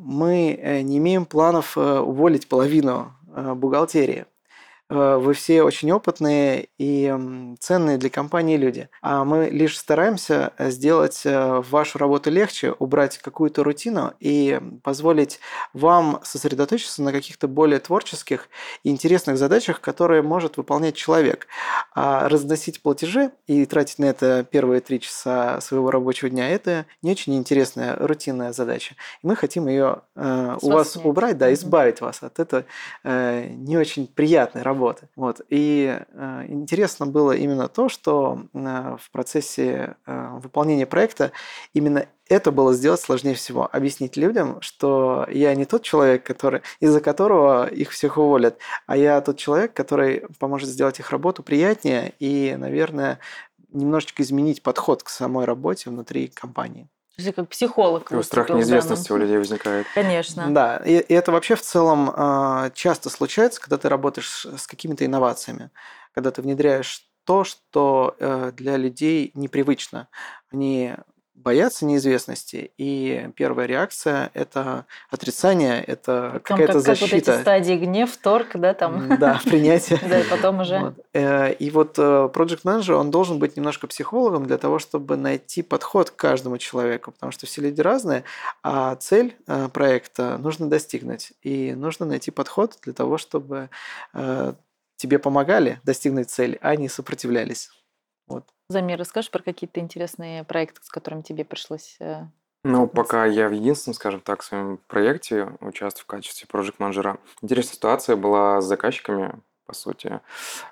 мы э, не имеем планов э, уволить половину э, бухгалтерии. Э, Вы все очень опытные и м, ценные для компании люди. А мы лишь стараемся э, сделать э, вашу работу легче, убрать какую-то рутину и позволить вам сосредоточиться на каких-то более творческих и интересных задачах, которые может выполнять человек. А разносить платежи и тратить на это первые три часа своего рабочего дня – это не очень интересная рутинная задача. И мы хотим ее э, С у вас вас снять. убрать, да, Мгм. избавить вас от этой э, не очень приятной работы. Вот. И э, интересно было именно то, что э, в процессе э, выполнения проекта именно это было сделать сложнее всего. Объяснить людям, что я не тот человек, который, из-за которого их всех уволят, а я тот человек, который поможет сделать их работу приятнее и, наверное, немножечко изменить подход к самой работе внутри компании. То есть как психолог Такой страх выступил в данном. неизвестности у людей возникает. Конечно. Да, и, и это вообще в целом э, часто случается, когда ты работаешь с какими-то инновациями, когда ты внедряешь то, что э, для людей непривычно. Они боятся неизвестности, и первая реакция – это отрицание, это Потом какая-то как, как вот эти защита. стадии гнев, торг, да, там. М, Да, принятие. Да, и потом уже. Вот. Э, И вот проект менеджер, он должен быть немножко психологом для того, чтобы найти подход к каждому человеку, потому что все люди разные, а цель э, проекта нужно достигнуть. И нужно найти подход для того, чтобы э, тебе помогали достигнуть цели, а не сопротивлялись. Вот. Замир, расскажешь про какие-то интересные проекты, с которыми тебе пришлось э, Ну, столкнуться? пока я в единственном, скажем так, своем проекте участвую в качестве проект-менеджера. Интересная ситуация была с заказчиками, по сути.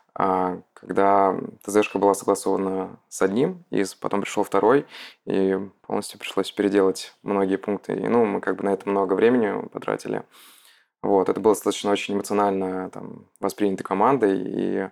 А, Когда ТЗшка была согласована с одним, и с- потом пришел второй, и полностью пришлось переделать многие пункты. И, ну, мы как бы на это много времени потратили. Вот, это было достаточно очень эмоционально там, воспринято командой, и,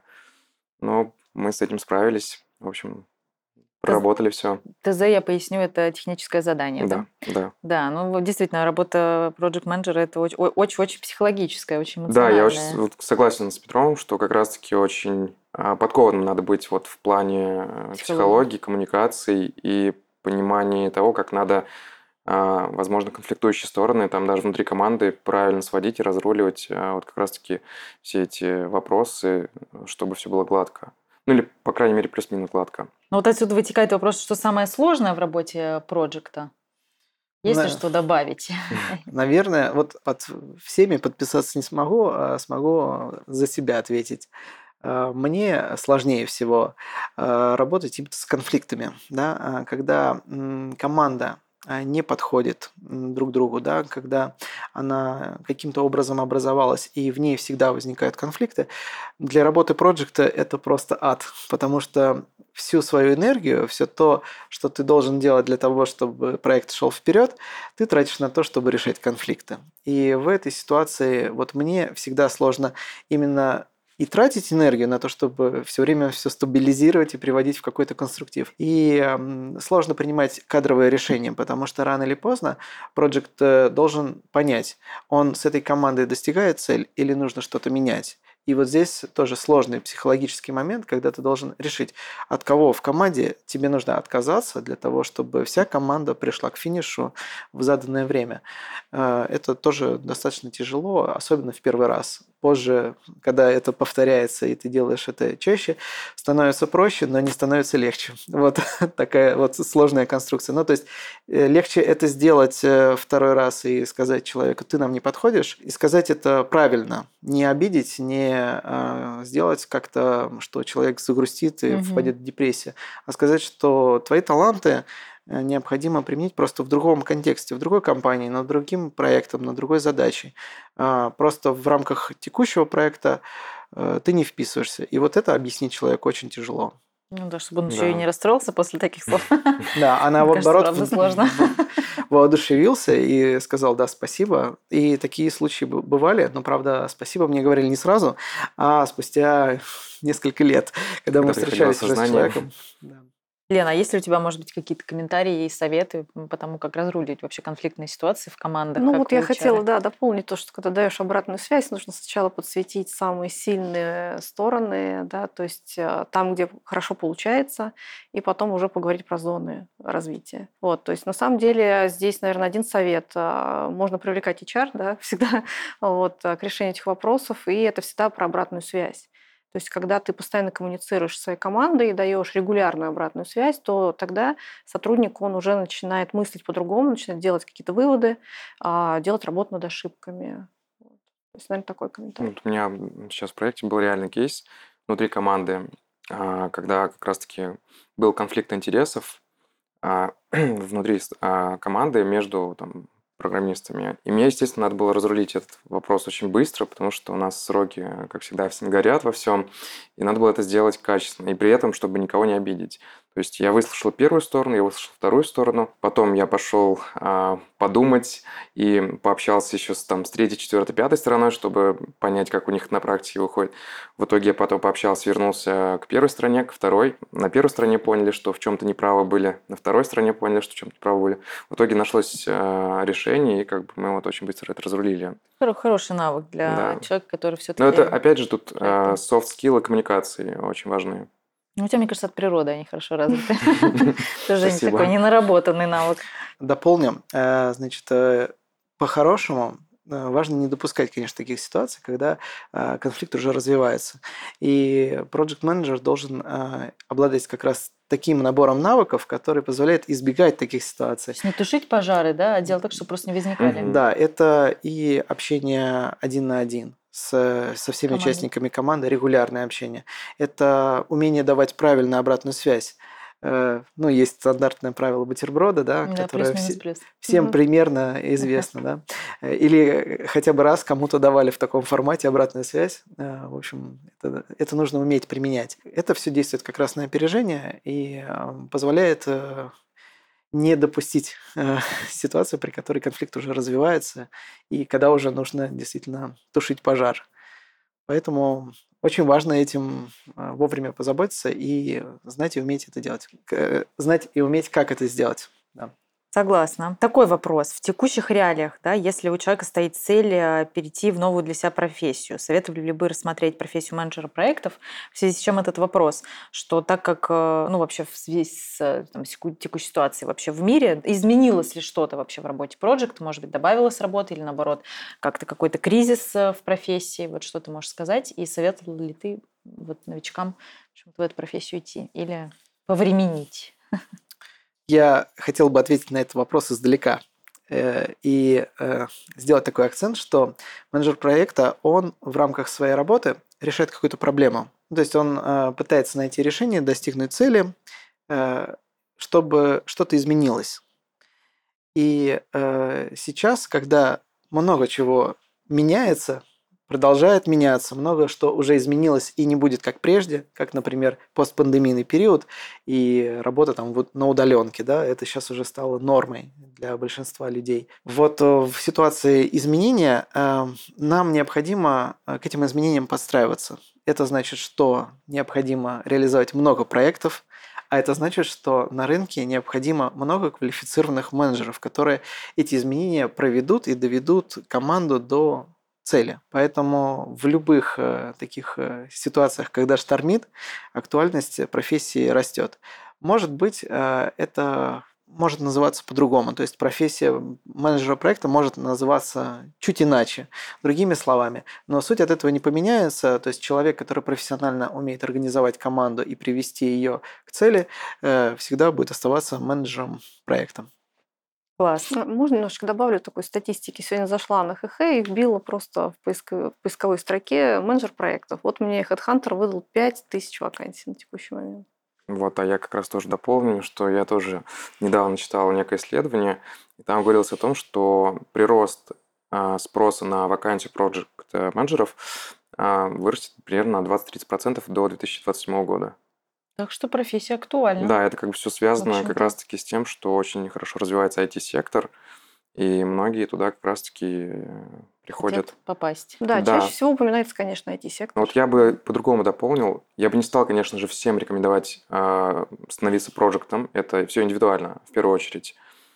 ну, мы с этим справились. В общем, проработали все. ТЗ, я поясню, это техническое задание, да? Да, да. Да, ну вот действительно, работа проект-менеджера это очень-очень психологическая, очень Да, я очень эмоциональная. вот согласен с Петром, что как раз-таки очень а, подкованным надо быть вот в плане э, Психологии. психологии, коммуникаций и понимании того, как надо, а, возможно, конфликтующие стороны, там даже внутри команды правильно сводить и разруливать а, вот как раз-таки все эти вопросы, чтобы все было гладко. Ну или, по крайней мере, плюс-минус гладко. Ну вот отсюда вытекает вопрос, что самое сложное в работе проекта? Есть ли На- что добавить? Наверное, вот под всеми подписаться не смогу, а смогу за себя ответить. А, Мне сложнее всего а, работать именно с конфликтами, да, а, когда м, команда а, не подходит м, друг другу, да, когда она каким-то образом образовалась и в ней всегда возникают конфликты. Для работы проекта это просто ад, потому что всю свою энергию, все то, что ты должен делать для того, чтобы проект шел вперед, ты тратишь на то, чтобы решать конфликты. И в этой ситуации вот мне всегда сложно именно и тратить энергию на то, чтобы все время все стабилизировать и приводить в какой-то конструктив. И м, сложно принимать кадровые решения, потому что рано или поздно проект должен понять, он с этой командой достигает цель или нужно что-то менять. И вот здесь тоже сложный психологический момент, когда ты должен решить, от кого в команде тебе нужно отказаться для того, чтобы вся команда пришла к финишу в заданное время. Э, Это тоже достаточно тяжело, особенно в первый раз. Позже, когда это повторяется и ты делаешь это чаще, становится проще, но не становится легче. Вот такая вот сложная конструкция. Ну, то есть э, легче это сделать э, второй раз и сказать человеку, ты нам не подходишь, и сказать это правильно, не обидеть, не э, сделать как-то, что человек загрустит и Мгм. впадет в депрессию, а сказать, что твои таланты э, необходимо применить просто в другом контексте, в другой компании, над другим проектом, над другой задачей. А, Просто в рамках текущего проекта э, ты не вписываешься. И вот это объяснить человеку очень тяжело. Ну да, чтобы он еще и Да. не расстроился после таких слов. Да, а Мне кажется, наоборот правда в- сложно. в- воодушевился и сказал, да, спасибо. И такие случаи б- бывали, но, правда, спасибо мне говорили не сразу, а спустя несколько лет, когда мы Когда приходило встречались уже с осознание. человеком. Да. Лена, а есть ли у тебя, может быть, какие-то комментарии и советы по тому, как разруливать вообще конфликтные ситуации в командах? Ну как вот я вы хотела, чары? да, дополнить то, что когда даешь обратную связь, нужно сначала подсветить самые сильные стороны, да, то есть э, там, где хорошо получается, и потом уже поговорить про зоны развития. Вот, то есть на самом деле здесь, наверное, один совет. э, Можно привлекать эйч ар, да, всегда вот, э, к решению этих вопросов, и это всегда про обратную связь. То есть, когда ты постоянно коммуницируешь с своей командой и даешь регулярную обратную связь, то тогда сотрудник, он уже начинает мыслить по-другому, начинает делать какие-то выводы, а, делать работу над ошибками. Вот. То есть, наверное, такой комментарий. Вот у меня сейчас в проекте был реальный кейс внутри команды, а, когда как раз-таки был конфликт интересов а, внутри с- а, команды между там, программистами. И мне, естественно, надо было разрулить этот вопрос очень быстро, потому что у нас сроки, как всегда, всем горят во всем, и надо было это сделать качественно, и при этом, чтобы никого не обидеть. То есть я выслушал первую сторону, я выслушал вторую сторону, потом я пошел а, подумать и пообщался еще с, там, с третьей, четвертой, пятой стороной, чтобы понять, как у них на практике выходит. В итоге я потом пообщался, вернулся к первой стороне, к второй. На первой стороне поняли, что в чем-то неправы были, на второй стороне поняли, что в чем-то правы были. В итоге нашлось э, решение, и как бы мы вот очень быстро это разрулили. Хоро- Хороший навык для Да. человека, который Но все-таки... это, опять же, тут проектом. э, soft skill и коммуникации очень важны. Ну, у тебя, мне кажется, от природы они хорошо развиты. Тоже Спасибо. такой ненаработанный навык. Дополним. Э, Значит, э, по-хорошему э, важно не допускать, конечно, таких ситуаций, когда э, конфликт уже развивается. И проект менеджер должен э, обладать как раз таким набором навыков, который позволяет избегать таких То ситуаций. есть не тушить пожары, да, а делать так, чтобы просто не возникали. Мгм. Да, это и общение один на один с, со всеми Командой. участниками команды, регулярное общение. Это умение давать правильную обратную связь. Э, Ну, есть стандартное правило бутерброда, да, Да, которое плюс-минус все- плюс. всем Мгм. примерно известно, да. Э, Или хотя бы раз кому-то давали в таком формате обратную связь. Э, В общем, это, это нужно уметь применять. Это все действует как раз на опережение и э, позволяет э, не допустить э, ситуацию, при которой конфликт уже развивается, и когда уже нужно действительно тушить пожар. Поэтому очень важно этим э, вовремя позаботиться и знать и уметь это делать. К- э, Знать и уметь, как это сделать. Да. Согласна. Такой вопрос. В текущих реалиях, да, если у человека стоит цель э, перейти в новую для себя профессию, советовали ли бы рассмотреть профессию менеджера проектов? В связи с чем этот вопрос? Что так как, э, ну, вообще в связи с э, там, секу- текущей ситуацией вообще в мире, изменилось ли что-то вообще в работе проекта? Может быть, добавилось работы или, наоборот, как-то какой-то кризис э, в профессии? Вот что ты можешь сказать? И советовал ли ты вот новичкам в общем-то, в эту профессию идти или повременить? Я хотел бы ответить на этот вопрос издалека э, и э, сделать такой акцент, что менеджер проекта, он в рамках своей работы решает какую-то проблему. Ну, То есть он э, пытается найти решение, достигнуть цели, э, чтобы что-то изменилось. И э, сейчас, когда много чего меняется, продолжает меняться, много что уже изменилось и не будет как прежде, как, например, постпандемийный период и работа там вот на удаленке, да, это сейчас уже стало нормой для большинства людей. Вот э, в ситуации изменения э, нам необходимо э, к этим изменениям подстраиваться. Это значит, что необходимо реализовать много проектов, а это значит, что на рынке необходимо много квалифицированных менеджеров, которые эти изменения проведут и доведут команду до цели. Поэтому в любых э, таких э, ситуациях, когда штормит, актуальность профессии растет. Может быть, э, это может называться по-другому. То есть профессия менеджера проекта может называться чуть иначе, другими словами. Но суть от этого не поменяется. То есть человек, который профессионально умеет организовать команду и привести ее к цели, э, всегда будет оставаться менеджером проекта. Класс. М, Можно немножечко добавлю такой статистики. Сегодня зашла на ХХ и вбила просто в поисковой, в поисковой строке менеджер проектов. Вот мне HeadHunter выдал пять тысяч вакансий на текущий момент. Вот, а я как раз тоже дополню, что я тоже недавно читал некое исследование, и там говорилось о том, что прирост а, спроса на вакансию проект-менеджеров а, вырастет примерно на двадцать-тридцать процентов до две тысячи двадцать седьмого года. Так что профессия актуальна. Да, это как бы все связано как общем-то. раз-таки с тем, что очень хорошо развивается ай ти-сектор, и многие туда как раз-таки э, приходят. Хотят попасть. Да, Да. чаще всего упоминается, конечно, ай Ну ти-сектор. Вот я бы по-другому дополнил. Я бы не стал, конечно же, всем рекомендовать а, становиться проектом. Это все индивидуально, в первую очередь.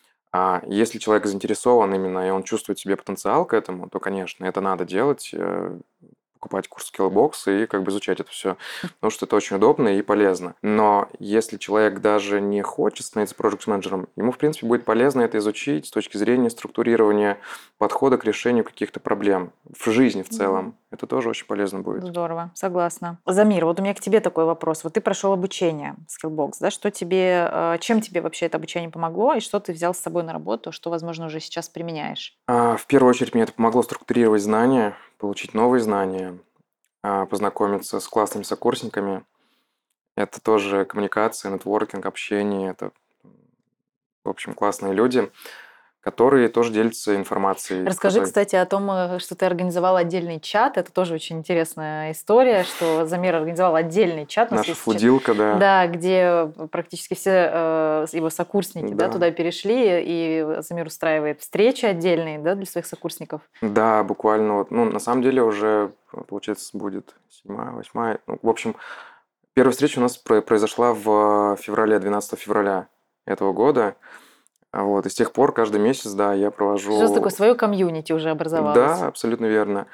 А если человек заинтересован именно, и он чувствует в себе потенциал к этому, то, конечно, это надо делать, э, покупать курс Skillbox и как бы изучать это все, потому что это очень удобно и полезно. Но если человек даже не хочет становиться проект-менеджером, ему, в принципе, будет полезно это изучить с точки зрения структурирования подхода к решению каких-то проблем в жизни в целом. Это тоже очень полезно будет. Здорово, согласна. Замир, вот у меня к тебе такой вопрос. Вот ты прошел обучение Skillbox, да? Что тебе, э, чем тебе вообще это обучение помогло, и что ты взял с собой на работу, что, возможно, уже сейчас применяешь? А, В первую очередь мне это помогло структурировать знания, получить новые знания, а, познакомиться с классными сокурсниками. Это тоже коммуникация, нетворкинг, общение. Это, в общем, классные люди, которые тоже делятся информацией. Расскажи, которой- кстати, о том, э, что ты организовал отдельный чат. Это тоже очень интересная история, что Замир организовал отдельный чат. У нас Наша есть чат- фудилка, да. Да, где практически все э, его сокурсники да. Да. туда перешли, и Замир устраивает встречи отдельные да, для своих сокурсников. Да, буквально. Вот, ну, на самом деле уже, получается, будет седьмая, восьмая. Ну, в общем, первая встреча у нас про- произошла в феврале, двенадцатого февраля этого года. А Вот, и с тех пор каждый месяц, да, я провожу... Что такое свое комьюнити уже образовалось? Да, абсолютно верно.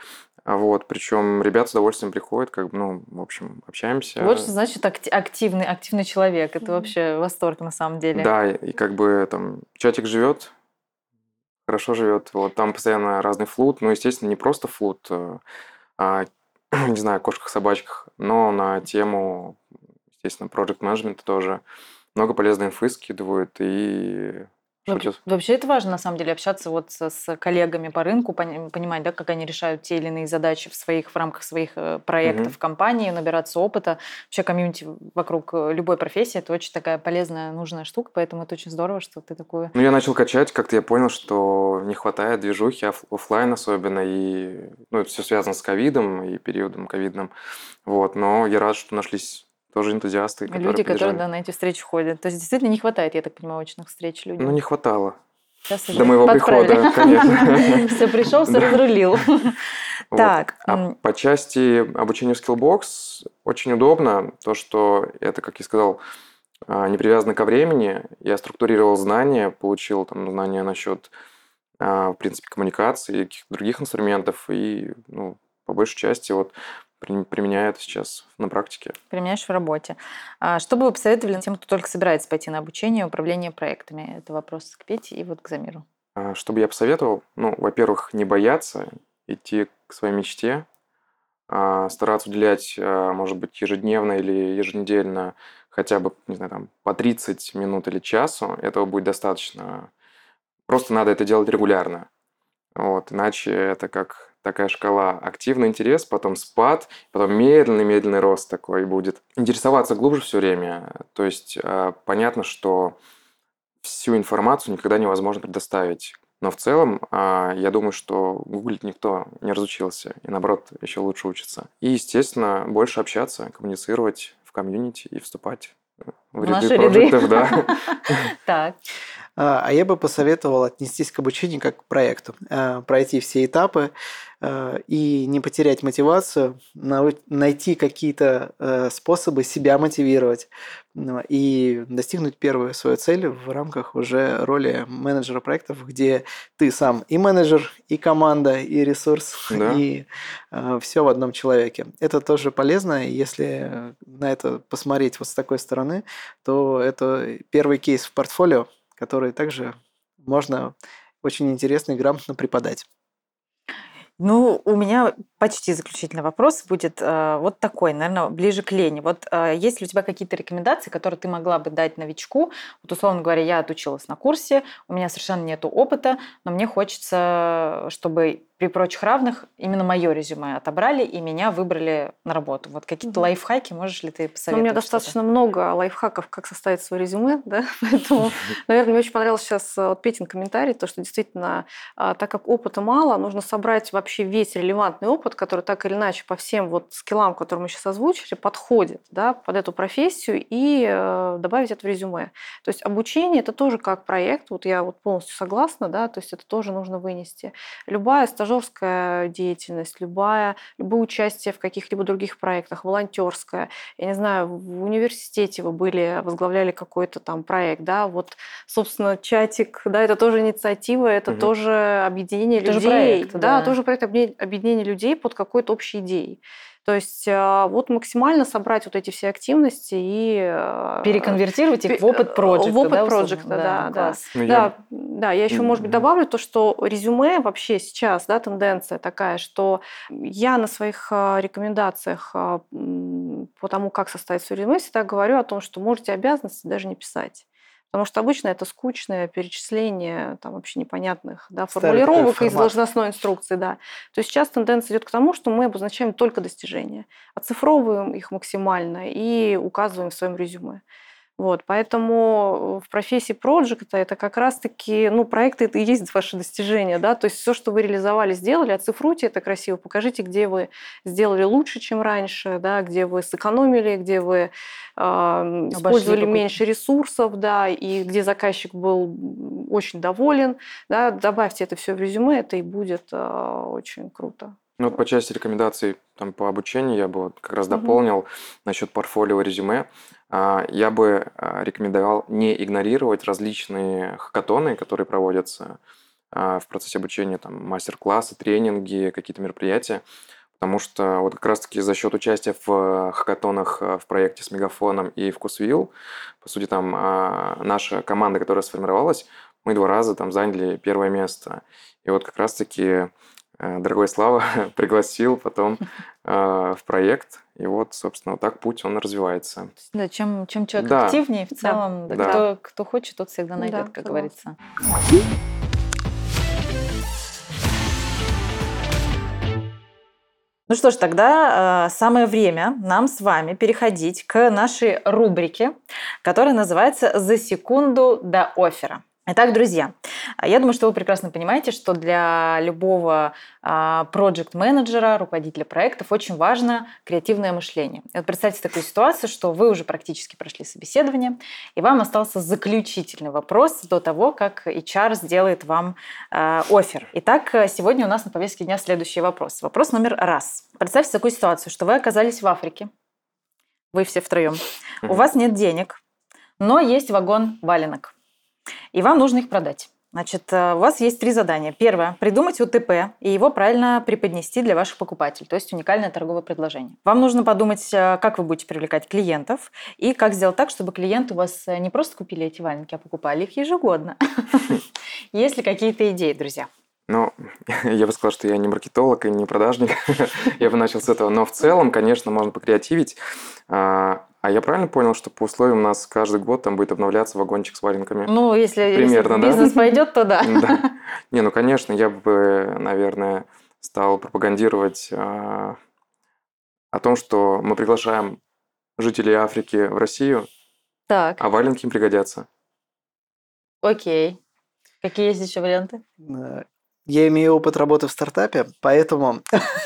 А Вот, причем ребята с удовольствием приходят, как бы, ну, в общем, общаемся. Вот что значит акти- активный, активный человек. Это Мгм. вообще восторг на самом деле. Да, и как бы там чатик живет, хорошо живет. Вот там постоянно разный флут. Ну, естественно, не просто флут, э, а, не знаю, кошках, собачках, но на тему, естественно, project management тоже. Много полезной инфы скидывают и Воп- шутят. Вообще это важно, на самом деле, общаться вот со- с коллегами по рынку, пони- понимать, да, как они решают те или иные задачи в своих, в рамках своих э, проектов Мгм. компании, набираться опыта. Вообще комьюнити вокруг э, любой профессии– это очень такая полезная, нужная штука, поэтому это очень здорово, что ты такую... Ну, я начал качать, как-то я понял, что не хватает движухи, оф- оффлайн особенно, и, ну, это все связано с ковидом и периодом ковидным, вот, но я рад, что нашлись тоже энтузиасты, которые Люди, которые, поддержали. да, на эти встречи ходят. То есть действительно не хватает, я так понимаю, очных встреч Ну, людям. не хватало. Сейчас До уже моего подправили. прихода, конечно. Все, пришел, все Да. разрулил. Вот. Так, А м, по части обучения в Skillbox очень удобно то, что это, как я сказал, а, не привязано ко времени. Я структурировал знания, получил там знания насчет, а, в принципе, коммуникации и каких-то других инструментов, и, ну, по большей части вот при- применяю это сейчас на практике. применяешь в работе. А Что бы вы посоветовали тем, кто только собирается пойти на обучение и управление проектами? Это вопрос к Пете и вот к Замиру. А, Что бы я посоветовал? Ну, во-первых, не бояться идти к своей мечте, а, стараться уделять, а, может быть, ежедневно или еженедельно хотя бы, не знаю, там, по тридцать минут или часу. Этого будет достаточно. Просто надо это делать регулярно. Вот, иначе это как такая шкала: активный интерес, потом спад, потом медленный-медленный рост такой будет. Интересоваться глубже все время. То есть а, понятно, что всю информацию никогда невозможно предоставить. Но в целом, а, я думаю, что гуглить никто не разучился, и наоборот, еще лучше учится. И, естественно, больше общаться, коммуницировать в комьюнити и вступать в В ряды наши ряды. проектов, да. Так, А а я бы посоветовал отнестись к обучению как к проекту, а, пройти все этапы а, и не потерять мотивацию, нау- найти какие-то э, способы себя мотивировать, ну, и достигнуть первую свою цель в рамках уже роли менеджера проектов, где ты сам и менеджер, и команда, и ресурс, Да. и все в одном человеке. Это тоже полезно, и если на это посмотреть вот с такой стороны, то это первый кейс в портфолио, который также можно очень интересно и грамотно преподать. ну, у меня почти заключительный вопрос будет э, вот такой, наверное, ближе к Лене. Вот э, есть ли у тебя какие-то рекомендации, которые ты могла бы дать новичку? Вот, условно говоря, я отучилась на курсе, у меня совершенно нет опыта, но мне хочется, чтобы при прочих равных именно мое резюме отобрали и меня выбрали на работу. Вот какие-то Мгм. лайфхаки можешь ли ты Ну, у посоветовать? меня что-то? достаточно много лайфхаков, как составить свое резюме, да, поэтому, наверное, мне очень понравился сейчас э, вот Петин комментарий, то, что действительно, а, так как опыта мало, нужно собрать вообще весь релевантный опыт, который так или иначе по всем вот скиллам, которые мы сейчас озвучили, подходит, да, под эту профессию, и э, добавить это в резюме. То есть обучение – это тоже как проект, вот я вот полностью согласна, да, то есть это тоже нужно вынести. Любая стажерская деятельность, любая, любое участие в каких-либо других проектах, волонтерская, я не знаю, в университете вы были, возглавляли какой-то там проект, да, вот, собственно, чатик, да, это тоже инициатива, это Мгм. тоже объединение Тоже людей, проект, да, да. тоже проект объединения объединения людей под какой-то общей идеей. То есть а, вот максимально собрать вот эти все активности и а, Переконвертировать их пе- в опыт проекта, в опыт да, условно? проекта, да, да. Класс. Ну, я... Да, да, я еще, может быть, Мгм. добавлю то, что резюме вообще сейчас, да, тенденция такая, что я на своих а, рекомендациях а, м, по тому, как составить свое резюме, всегда говорю о том, что можете обязанности даже не писать. Потому что обычно это скучное перечисление там, вообще непонятных, да, Старый такой формулировок из формат. должностной инструкции. Да. То есть сейчас тенденция идет к тому, что мы обозначаем только достижения, оцифровываем их максимально и указываем в своем резюме. Вот, поэтому в профессии проекта это как раз-таки, ну, проекты это и есть ваши достижения, да, то есть все, что вы реализовали, сделали, оцифруйте это красиво, покажите, где вы сделали лучше, чем раньше, да, где вы сэкономили, где вы э, использовали какой-то- меньше ресурсов, да, и где заказчик был очень доволен, да, добавьте это все в резюме, это и будет э, очень круто. Ну, вот по части рекомендаций там, по обучению я бы вот как раз Мгм. дополнил насчет портфолио резюме. А, Я бы а, рекомендовал не игнорировать различные хакатоны, которые проводятся а, в процессе обучения, там, мастер-классы, тренинги, какие-то мероприятия. Потому что вот как раз-таки за счет участия в хакатонах в проекте с Мегафоном и Вкусвилл, по сути, там наша команда, которая сформировалась, мы два раза там заняли первое место. И вот как раз-таки дорогой Слава пригласил потом в проект. И вот, собственно, вот так путь, он развивается. Да, чем, чем человек Да. активнее, в целом, да, Да. Кто, кто хочет, тот всегда найдет, Да, как согласна. говорится. Ну что ж, тогда э, самое время нам с вами переходить к нашей рубрике, которая называется «За секунду до оффера». Итак, друзья, я думаю, что вы прекрасно понимаете, что для любого проект-менеджера, руководителя проектов очень важно креативное мышление. И вот представьте такую ситуацию, что вы уже практически прошли собеседование, и вам остался заключительный вопрос до того, как эйч ар сделает вам э, оффер. Итак, сегодня у нас на повестке дня следующий вопрос. Вопрос номер раз. Представьте такую ситуацию, что вы оказались в Африке, вы все втроем, у вас нет денег, но есть вагон валенок. И вам нужно их продать. Значит, у вас есть три задания. Первое – придумать о тэ пэ и его правильно преподнести для ваших покупателей, то есть уникальное торговое предложение. Вам нужно подумать, как вы будете привлекать клиентов и как сделать так, чтобы клиенты у вас не просто купили эти валенки, а покупали их ежегодно. Есть ли какие-то идеи, друзья? Ну, я бы сказал, что я не маркетолог и не продажник. Я бы начал с этого. Но в целом, конечно, можно покреативить. А я правильно понял, что по условиям у нас каждый год там будет обновляться вагончик с валенками? Ну, если, Примерно, если да? бизнес пойдет, то да. Да. Не, ну, конечно, я бы, наверное, стал пропагандировать а, о том, что мы приглашаем жителей Африки в Россию, Так, а валенки им пригодятся. окей. Какие есть еще варианты? Э, Я имею опыт работы в стартапе, поэтому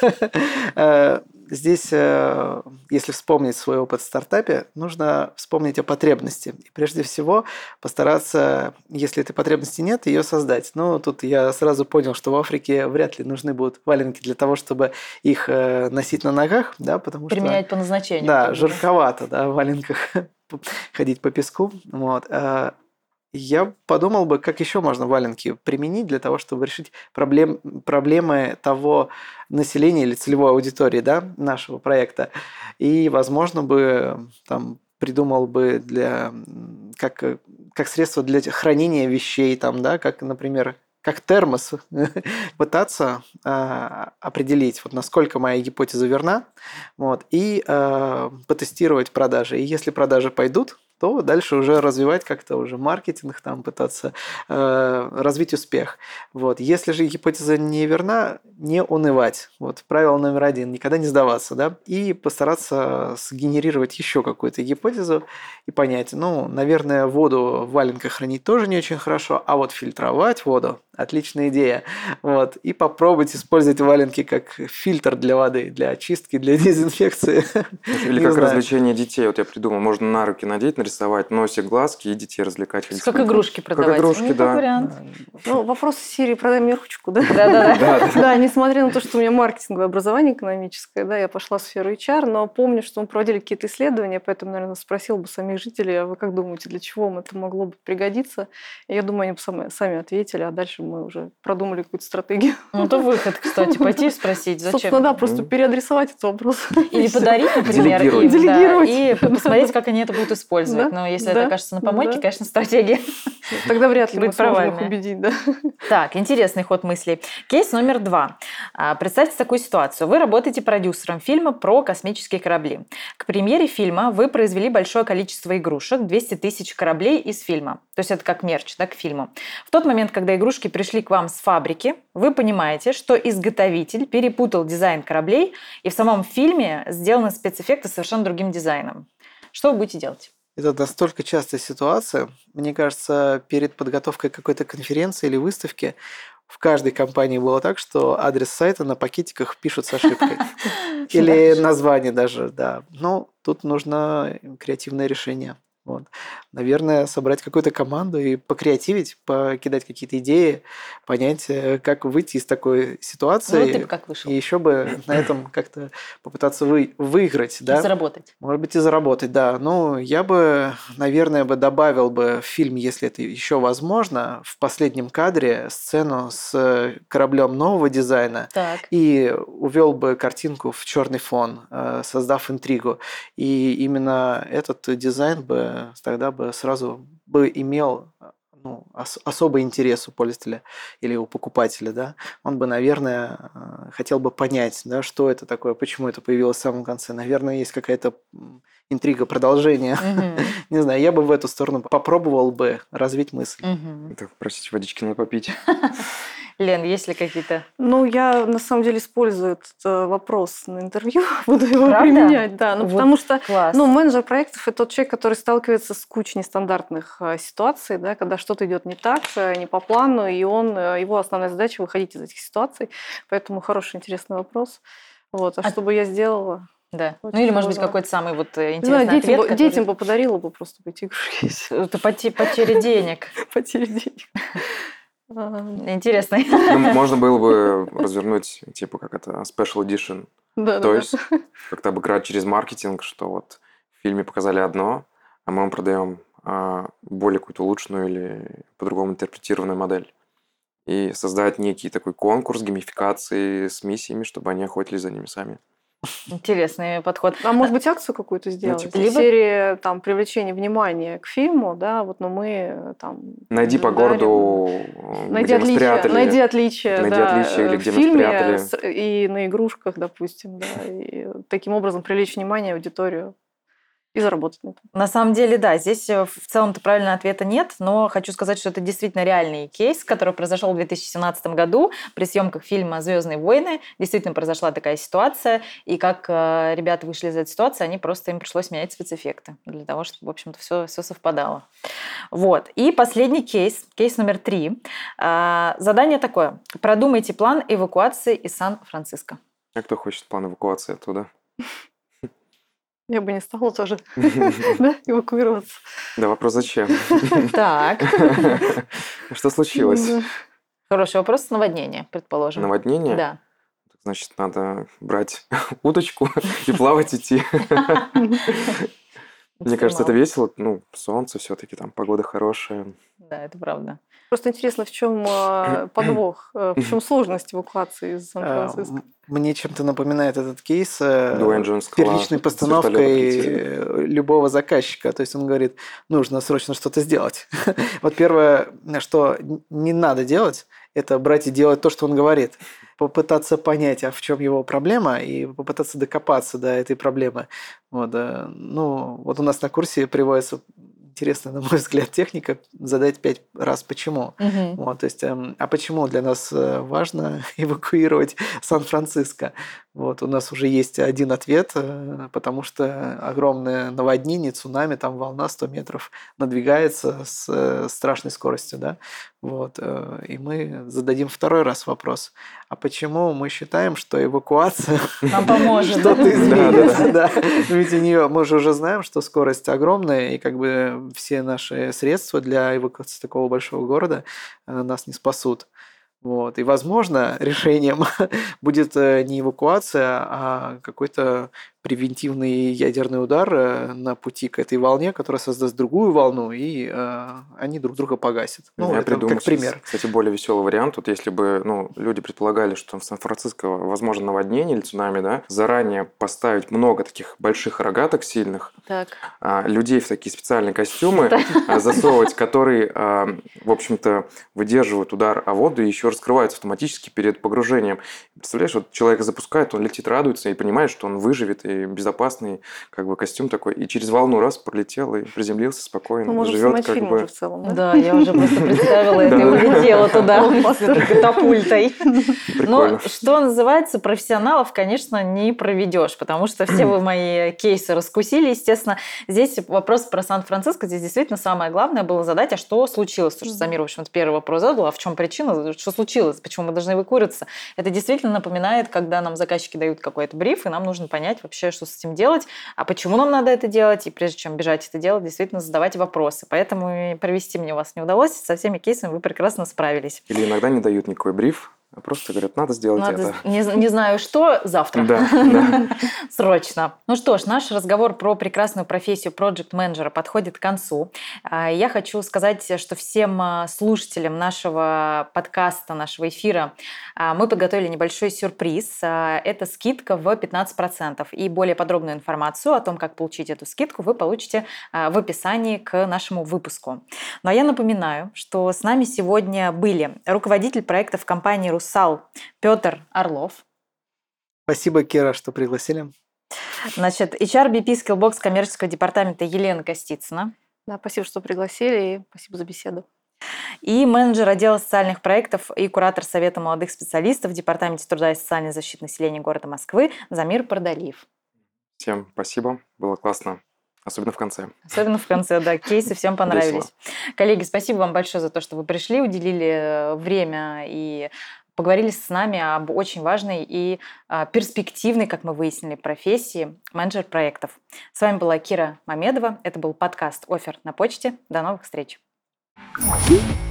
э, здесь, э, если вспомнить свой опыт в стартапе, нужно вспомнить о потребности. И прежде всего постараться, если этой потребности нет, ее создать. Но тут я сразу понял, что в Африке вряд ли нужны будут валенки для того, чтобы их э, носить на ногах, да, потому что... Применять по назначению. Да, как бы. жарковато, да, в валенках ходить по песку. Вот. А Я подумал бы, как еще можно валенки применить для того, чтобы решить проблем, проблемы того населения или целевой аудитории, да, нашего проекта. И, возможно, бы там придумал бы для м, как, э, как средство для хранения вещей, там, да, как, например, как термос, пытаться а, определить, вот насколько моя гипотеза верна, вот, и а, потестировать продажи. И если продажи пойдут, то дальше уже развивать как-то уже маркетинг, там пытаться э, развить успех. Вот. Если же гипотеза не верна, не унывать. Вот. Правило номер один – никогда не сдаваться, да, и постараться сгенерировать еще какую-то гипотезу и понять, ну, наверное, воду в валенках хранить тоже не очень хорошо, а вот фильтровать воду – отличная идея. Вот. И попробовать использовать валенки как фильтр для воды, для очистки, для дезинфекции. Или Не как знаю. развлечение детей. Вот я придумал, можно на руки надеть, нарисовать носик, глазки и детей развлекать. ходить с Как валенками. игрушки продавать. игрушки, Ну, как да. вариант. Ну, вопрос из серии «Продай мне ручку», да? Да-да-да. Да, да. Да, несмотря на то, что у меня маркетинговое образование экономическое, да, я пошла в сферу эйч ар, но помню, что мы проводили какие-то исследования, поэтому, наверное, спросил бы самих жителей, а вы как думаете, для чего им это могло бы пригодиться? И я думаю, они бы сами, сами ответили, а дальше мы уже продумали какую-то стратегию. Ну, это выход, кстати, пойти и спросить, Собственно, зачем. да, просто Мгм. переадресовать этот вопрос. Или И всё. подарить, например, Делегировать. и, да, Делегировать. и посмотреть, как они это будут использовать. Да, Но если да, это окажется на помойке, да. конечно, стратегия. Тогда вряд ли мы Будет сможем их провальная. убедить, да. Так, интересный ход мыслей. Кейс номер два. А, Представьте такую ситуацию. Вы работаете продюсером фильма про космические корабли. К премьере фильма вы произвели большое количество игрушек, двести тысяч кораблей из фильма. То есть это как мерч, да, к фильму. В тот момент, когда игрушки пришли к вам с фабрики, вы понимаете, что изготовитель перепутал дизайн кораблей, и в самом фильме сделаны спецэффекты совершенно другим дизайном. Что вы будете делать? Это настолько частая ситуация. Мне кажется, перед подготовкой какой-то конференции или выставки в каждой компании было так, что адрес сайта на пакетиках пишут с ошибкой. Или название даже, да. Но тут нужно креативное решение. Вот. Наверное, собрать какую-то команду и покреативить, покидать какие-то идеи, понять, э, как выйти из такой Ну, ситуации. вот ты бы как вышел? И еще бы на этом как-то попытаться вы, выиграть, да? Заработать. Может быть, и заработать, да. Ну, я бы, наверное, бы добавил бы в фильм, если это еще возможно, в последнем кадре сцену с э, кораблем нового дизайна Так. и увел бы картинку в черный фон, э, создав интригу. И именно этот дизайн бы тогда бы сразу бы имел ну, ос- особый интерес у пользователя или у покупателя, да, он бы, наверное, э, хотел бы понять, да, что это такое, почему это появилось в самом конце. Наверное, есть какая-то м, интрига, продолжение. Мгм. Не знаю, я бы в эту сторону попробовал бы развить мысль. Мгм. Так, простите, водички надо попить. Лен, есть ли какие-то... Ну, я на самом деле использую этот э, вопрос на интервью, буду его Правда? применять, да. Ну, Вот потому что Класс. ну, менеджер проектов – это тот человек, который сталкивается с кучей нестандартных э, ситуаций, да, когда что-то идет не так, э, не по плану, и он, э, его основная задача – выходить из этих ситуаций. Поэтому хороший, интересный вопрос. Вот. А, А- что бы я сделала? Да. Ну Очень или, может быть, сложно. какой-то самый вот э, Не знаю, интересный детям, бы, ответ, детям бы подарила бы просто бы эти игрушки. Это поте- потеря денег. Потери денег. А, Интересный. Ну, можно было бы развернуть, типа, как это, special edition. Да, То да, есть как-то обыграть через маркетинг, что вот в фильме показали одно, а мы вам продаем а, более какую-то улучшенную или по-другому интерпретированную модель. И создать некий такой конкурс геймификации с миссиями, чтобы они охотились за ними сами. Интересный подход. А может быть, акцию какую-то сделать? типа- Либо серии там привлечения внимания к фильму, да, вот, но мы э, там Найди по дарим- городу, э, Найди где мы отличия, спрятали. найди отличия, найди да, отличия, или в где мы фильме спрятали. с- и на игрушках, допустим, да, и таким образом привлечь внимание, аудиторию и заработать на этом. На самом деле, да, здесь э, в целом-то правильного ответа нет, но хочу сказать, что это действительно реальный кейс, который произошел в две тысячи семнадцатом году при съемках фильма «Звездные войны». Действительно произошла такая ситуация, и как э, ребята вышли из этой ситуации, они просто им пришлось менять спецэффекты для того, чтобы, в общем-то, все, все совпадало. Вот. И последний кейс, кейс номер три. А, задание такое. Продумайте план эвакуации из Сан-Франциско. А кто хочет план эвакуации оттуда? Я бы не стала тоже да, эвакуироваться. Да, вопрос зачем? Так. Что случилось? Да. Хороший вопрос. Наводнение, предположим. Наводнение? Да. Значит, надо брать удочку и плавать идти. Мне кажется, это весело. Ну, солнце все-таки, там погода хорошая. Да, это правда. Просто интересно, в чем подвох, э, в чем сложность эвакуации из Э, Сан-Франциско? м- Мне чем-то напоминает этот кейс э, Дуэйн Джонсон первичной с постановкой вертолета полетели. э, любого заказчика. То есть он говорит, нужно срочно что-то сделать. Вот первое, что н- не надо делать, это брать и делать то, что он говорит. Попытаться понять, а в чем его проблема, и попытаться докопаться до этой проблемы. Вот, э, ну, вот у нас на курсе приводится интересная, на мой взгляд, техника задать пять раз почему. Мгм. Вот, то есть, эм, а почему для нас э, важно эвакуировать Сан-Франциско? Вот, у нас уже есть один ответ, э, потому что огромное наводнение, цунами, там волна сто метров надвигается с э, страшной скоростью, да? Вот, э, и мы зададим второй раз вопрос. А почему мы считаем, что эвакуация Нам поможет. что-то да? изменится? Да. Ведь у нее мы же уже знаем, что скорость огромная, и как бы все наши средства для эвакуации такого большого города э, нас не спасут. Вот. И, возможно, решением будет э, не эвакуация, а какой-то превентивный ядерный удар э, на пути к этой волне, которая создаст другую волну, и э, они друг друга погасят. Ну, Я это придумал как сейчас, пример. кстати, более веселый вариант. Вот если бы ну, люди предполагали, что в Сан-Франциско возможно наводнение или цунами, да, заранее поставить много таких больших рогаток сильных, Так. а, людей в такие специальные костюмы а, засовывать, которые, а, в общем-то, выдерживают удар о воду и еще раскрываются автоматически перед погружением. Представляешь, вот человека запускает, он летит, радуется и понимает, что он выживет, и безопасный как бы костюм такой, и через волну раз пролетел и приземлился спокойно, Мы можем живет снимать как фильм бы... уже в целом, да? Да, я уже просто представила это и Да. улетела туда с этой катапультой. Прикольно. Но что называется, профессионалов, конечно, не проведешь, потому что все вы мои кейсы раскусили, естественно. Здесь вопрос про Сан-Франциско, здесь действительно самое главное было задать, а что случилось? Потому что Самир, в общем-то, первый вопрос задал, а в чем причина, что случилось, почему мы должны эвакуироваться? Это действительно напоминает, когда нам заказчики дают какой-то бриф, и нам нужно понять вообще, вообще, что с этим делать, а почему нам надо это делать, и прежде чем бежать это делать, действительно задавать вопросы. Поэтому провести мне вас не удалось, со всеми кейсами вы прекрасно справились. Или иногда не дают никакой бриф, а просто говорят, надо сделать Надо, это. Не, не знаю что, завтра. Да, да. Срочно. Ну что ж, наш разговор про прекрасную профессию проект-менеджера подходит к концу. Я хочу сказать, что всем слушателям нашего подкаста, нашего эфира мы подготовили небольшой сюрприз. Это скидка в пятнадцать процентов. И более подробную информацию о том, как получить эту скидку, вы получите в описании к нашему выпуску. Ну а я напоминаю, что с нами сегодня были руководитель проектов компании «Русал» Петр Орлов. Спасибо, Кира, что пригласили. Значит, эйч ар би пи Skillbox коммерческого департамента Елена Костицына. Да, спасибо, что пригласили, и спасибо за беседу. И менеджер отдела социальных проектов и куратор Совета молодых специалистов в Департаменте труда и социальной защиты населения города Москвы Замир Пардалиев. Всем спасибо, было классно. Особенно в конце. Особенно в конце, да, кейсы всем понравились. Весело. Коллеги, спасибо вам большое за то, что вы пришли, уделили время и поговорили с нами об очень важной и перспективной, как мы выяснили, профессии менеджер проектов. С вами была Кира Мамедова. Это был подкаст «Офер на почте». До новых встреч.